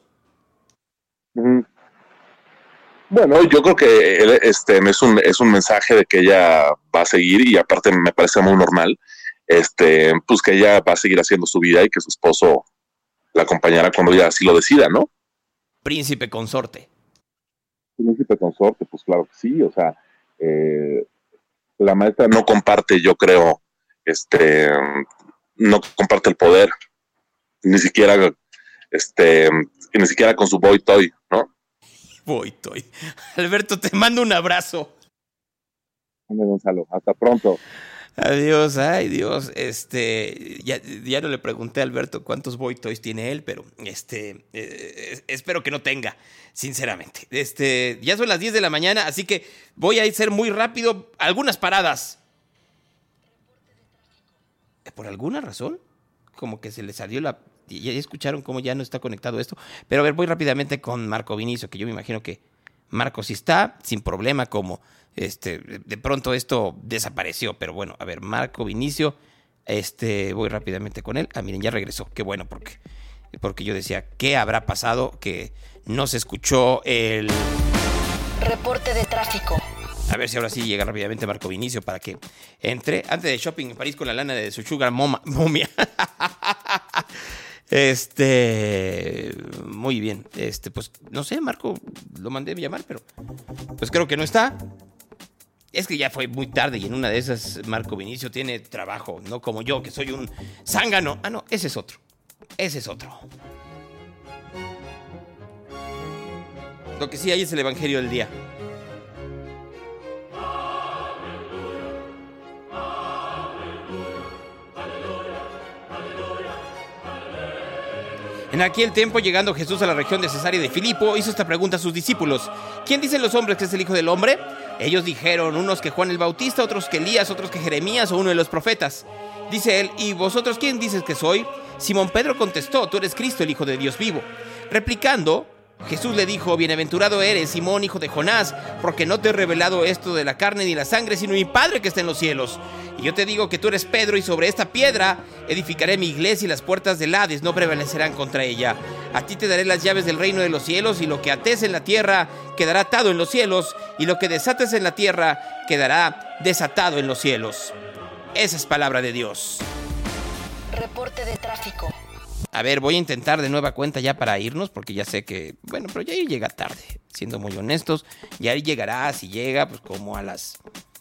Bueno, yo creo que es un mensaje de que ella va a seguir, y aparte me parece muy normal, pues que ella va a seguir haciendo su vida y que su esposo la acompañará cuando ella así lo decida, ¿no? Príncipe consorte. Príncipe consorte, pues claro que sí, o sea, la maestra no comparte, yo creo, no comparte el poder, ni siquiera con su boy toy, ¿no? Boy toy. Alberto, te mando un abrazo. Gonzalo, hasta pronto. Adiós, ay Dios, ya no le pregunté a Alberto cuántos boy toys tiene él, pero espero que no tenga, sinceramente. Ya son las 10 de la mañana, así que voy a ser muy rápido, algunas paradas. Por alguna razón, como que se le salió ya escucharon cómo ya no está conectado esto, pero a ver, voy rápidamente con Marco Vinicio, que yo me imagino que Marco sí está, sin problema, como de pronto esto desapareció, pero bueno, a ver, Marco Vinicio, voy rápidamente con él. Miren, ya regresó, qué bueno, porque yo decía, ¿qué habrá pasado? Que no se escuchó el reporte de tráfico. A ver si ahora sí llega rápidamente Marco Vinicio para que entre antes de shopping en París con la lana de su sugar momia. Muy bien. Pues no sé, Marco, lo mandé a llamar, pero pues creo que no está. Es que ya fue muy tarde y en una de esas Marco Vinicio tiene trabajo, no como yo, que soy un zángano. Ah, no, ese es otro. Lo que sí hay es el evangelio del día. En aquel tiempo, llegando Jesús a la región de Cesarea de Filipo, hizo esta pregunta a sus discípulos: ¿quién dicen los hombres que es el Hijo del Hombre? Ellos dijeron, unos que Juan el Bautista, otros que Elías, otros que Jeremías o uno de los profetas. Dice él: ¿y vosotros quién dices que soy? Simón Pedro contestó: tú eres Cristo, el Hijo de Dios vivo. Replicando, Jesús le dijo: bienaventurado eres, Simón, hijo de Jonás, porque no te he revelado esto de la carne ni la sangre, sino mi Padre que está en los cielos. Y yo te digo que tú eres Pedro, y sobre esta piedra edificaré mi iglesia, y las puertas del Hades no prevalecerán contra ella. A ti te daré las llaves del reino de los cielos, y lo que ates en la tierra quedará atado en los cielos, y lo que desates en la tierra quedará desatado en los cielos. Esa es palabra de Dios. Reporte de tráfico. A ver, voy a intentar de nueva cuenta ya para irnos, porque ya sé que, bueno, pero Yair llega tarde, siendo muy honestos. Yair llegará, si llega, pues como a las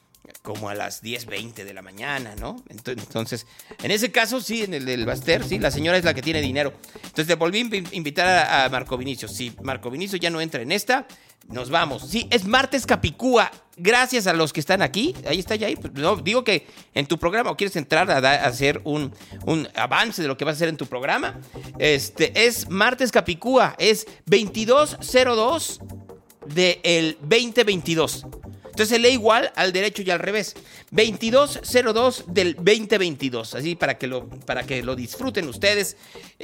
10:20 de la mañana, ¿no? Entonces, en ese caso, sí, en el del Baster, sí, la señora es la que tiene dinero. Entonces, te volví a invitar a Marco Vinicio. Si Marco Vinicio ya no entra en esta, nos vamos. Sí, es martes Capicúa. Gracias a los que están aquí. Ahí está Yair. Pues, no, digo que en tu programa, o quieres entrar a hacer un avance de lo que vas a hacer en tu programa. Es martes Capicúa. Es 2202 del 2022. Entonces se lee igual al derecho y al revés. 2202 del 2022. Así para que lo disfruten ustedes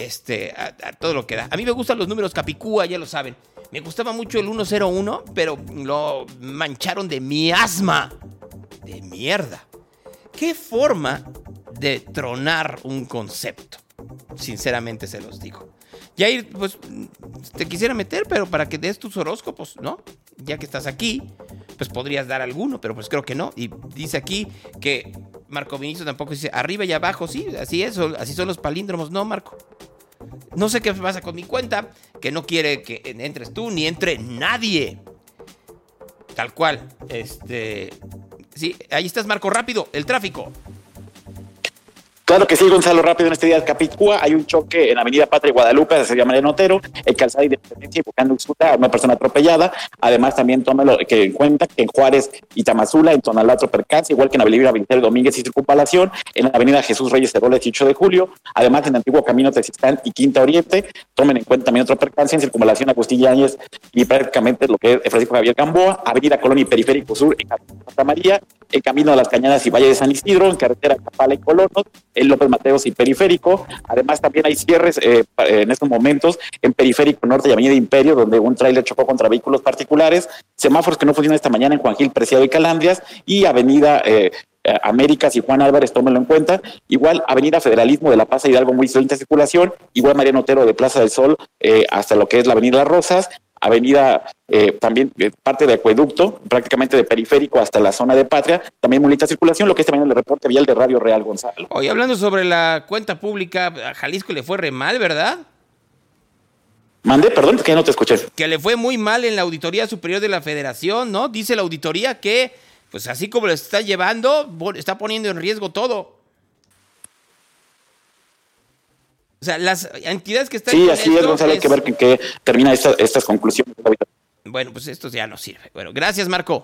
a todo lo que da. A mí me gustan los números Capicúa, ya lo saben. Me gustaba mucho el 101, pero lo mancharon de miasma. De mierda. ¿Qué forma de tronar un concepto? Sinceramente se los digo. Yair, pues te quisiera meter, pero para que des tus horóscopos, ¿no? Ya que estás aquí, pues podrías dar alguno, pero pues creo que no. Y dice aquí que Marco Vinicio tampoco dice arriba y abajo, sí, así es, así son los palíndromos. No, Marco. No sé qué pasa con mi cuenta, que no quiere que entres tú ni entre nadie. Tal cual. Sí, ahí estás, Marco, rápido, el tráfico. Claro que sí, Gonzalo, rápido en este día de Capicúa. Hay un choque en Avenida Patria y Guadalupe, hacia Mariano Otero, en Calzada Independencia y buscando a una persona atropellada. Además, también tómelo que en cuenta que en Juárez y Tamazula, en Tonalá, otro percance, igual que en Avenida Vicente Domínguez y Circunvalación, en la Avenida Jesús Reyes Heroles 18 de julio. Además, en Antiguo Camino Texistán y Quinta Oriente, tomen en cuenta también otro percance en Circunvalación Agustín Yáñez y prácticamente lo que es Francisco Javier Gamboa, Avenida Colón y Periférico Sur, en Santa María, el Camino de las Cañadas y Valle de San Isidro, en Carretera Capala y Colonos, en López Mateos y Periférico. Además, también hay cierres en estos momentos en Periférico Norte y Avenida Imperio, donde un tráiler chocó contra vehículos particulares, semáforos que no funcionan esta mañana en Juan Gil Preciado y Calandrias, y Avenida Américas y Juan Álvarez, tómenlo en cuenta. Igual Avenida Federalismo de La Paz y Hidalgo, muy lenta circulación. Igual Mariano Otero de Plaza del Sol hasta lo que es la Avenida Las Rosas. Avenida también parte de Acueducto, prácticamente de Periférico hasta la zona de Patria, también muy lenta circulación, lo que es también el reporte vial de Radio Real, Gonzalo. Hoy hablando sobre la cuenta pública, a Jalisco le fue re mal, ¿verdad? Mandé, perdón, que no te escuché. Que le fue muy mal en la Auditoría Superior de la Federación, ¿no? Dice la auditoría que, pues así como lo está llevando, está poniendo en riesgo todo. O sea, las entidades que están... Sí, así es, Gonzalo, hay que ver en qué termina estas conclusiones. Bueno, pues esto ya no sirve. Bueno, gracias, Marco.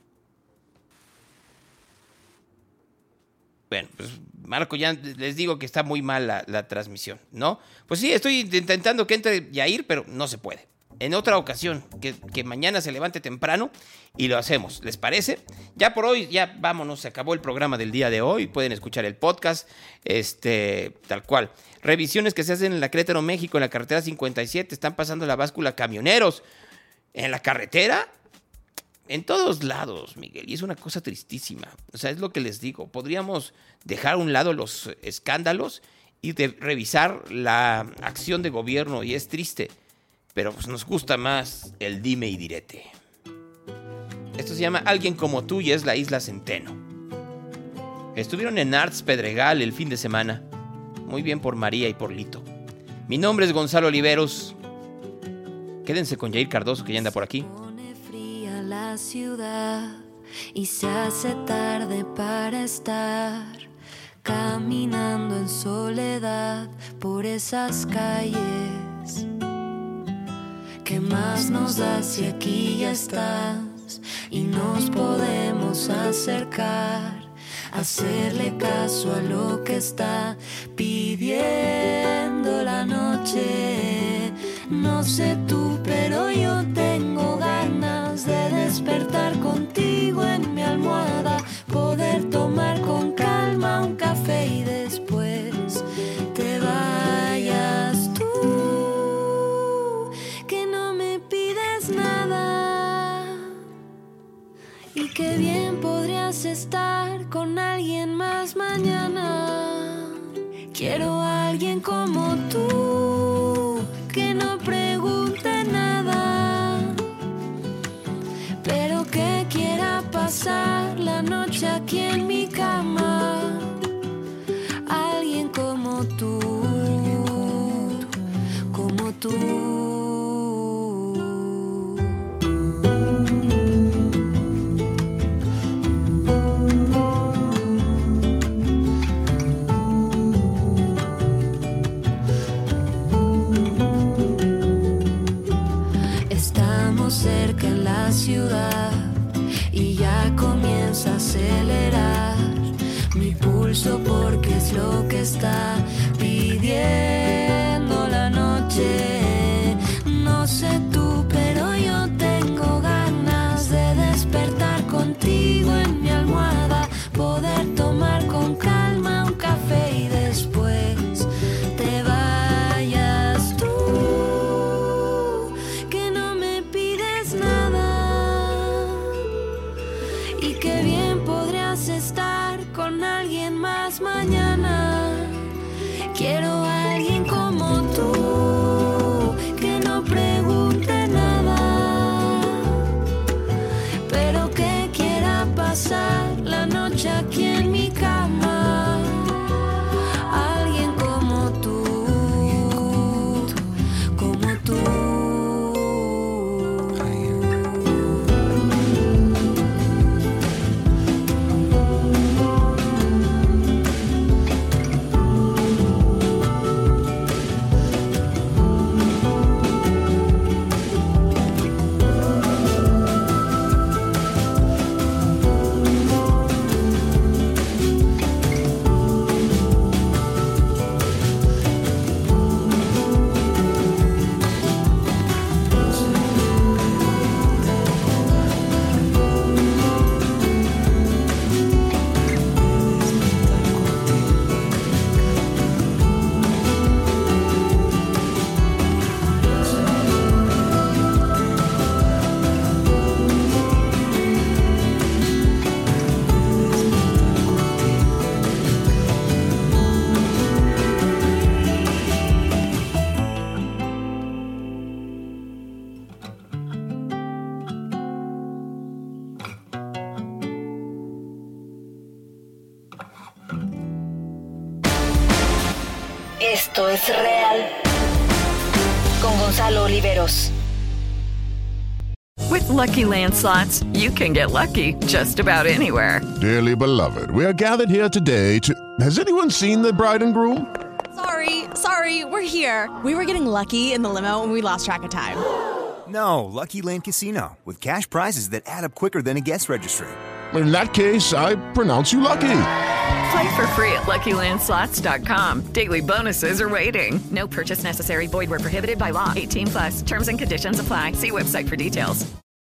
Bueno, pues Marco, ya les digo que está muy mal la transmisión, ¿no? Pues sí, estoy intentando que entre Yair, pero no se puede. En otra ocasión, que mañana se levante temprano y lo hacemos, ¿les parece? Ya por hoy, ya vámonos, se acabó el programa del día de hoy, pueden escuchar el podcast, tal cual. Revisiones que se hacen en la Querétaro, México, en la carretera 57, están pasando la báscula camioneros. En la carretera, en todos lados, Miguel, y es una cosa tristísima. O sea, es lo que les digo, podríamos dejar a un lado los escándalos y revisar la acción de gobierno, y es triste. Pero pues nos gusta más el dime y direte. Esto se llama Alguien como tú y es la Isla Centeno. Estuvieron en Arts Pedregal el fin de semana. Muy bien por María y por Lito. Mi nombre es Gonzalo Oliveros. Quédense con Yair Cardoso, que ya anda por aquí. Pone fría la ciudad y se hace tarde para estar caminando en soledad por esas calles. ¿Qué más nos da si aquí ya estás y nos podemos acercar? Hacerle caso a lo que está pidiendo la noche. No sé tú, pero yo tengo ganas de despertar contigo en mi almohada, poder tomar con calma un café y después te vayas tú, que no me pides nada y que bien podrías estar con alguien más mañana. Quiero a alguien como tú, que no pregunte nada, pero que quiera pasar la noche aquí en mi cama. Alguien como tú. estamos cerca en la ciudad y ya comienza a acelerar mi pulso porque es lo que está pidiendo la noche. No sé tú, pero yo tengo ganas de despertar contigo en mi almohada, poder tomar con calma un café y después te vayas tú, que no me pides nada y que bien podrías estar con alguien más mañana. Quiero a alguien como tú, que no pregunte nada, pero que quiera pasar la noche aquí en mi cama. Alguien como tú, como tú. Esto es real. Con Gonzalo Oliveros. With Lucky Land Slots, you can get lucky just about anywhere. Dearly beloved, we are gathered here today to... Has anyone seen the bride and groom? Sorry, we're here. We were getting lucky in the limo and we lost track of time. No, Lucky Land Casino, with cash prizes that add up quicker than a guest registry. In that case, I pronounce you lucky. Play for free at LuckyLandSlots.com. Daily bonuses are waiting. No purchase necessary. Void where prohibited by law. 18+. Terms and conditions apply. See website for details.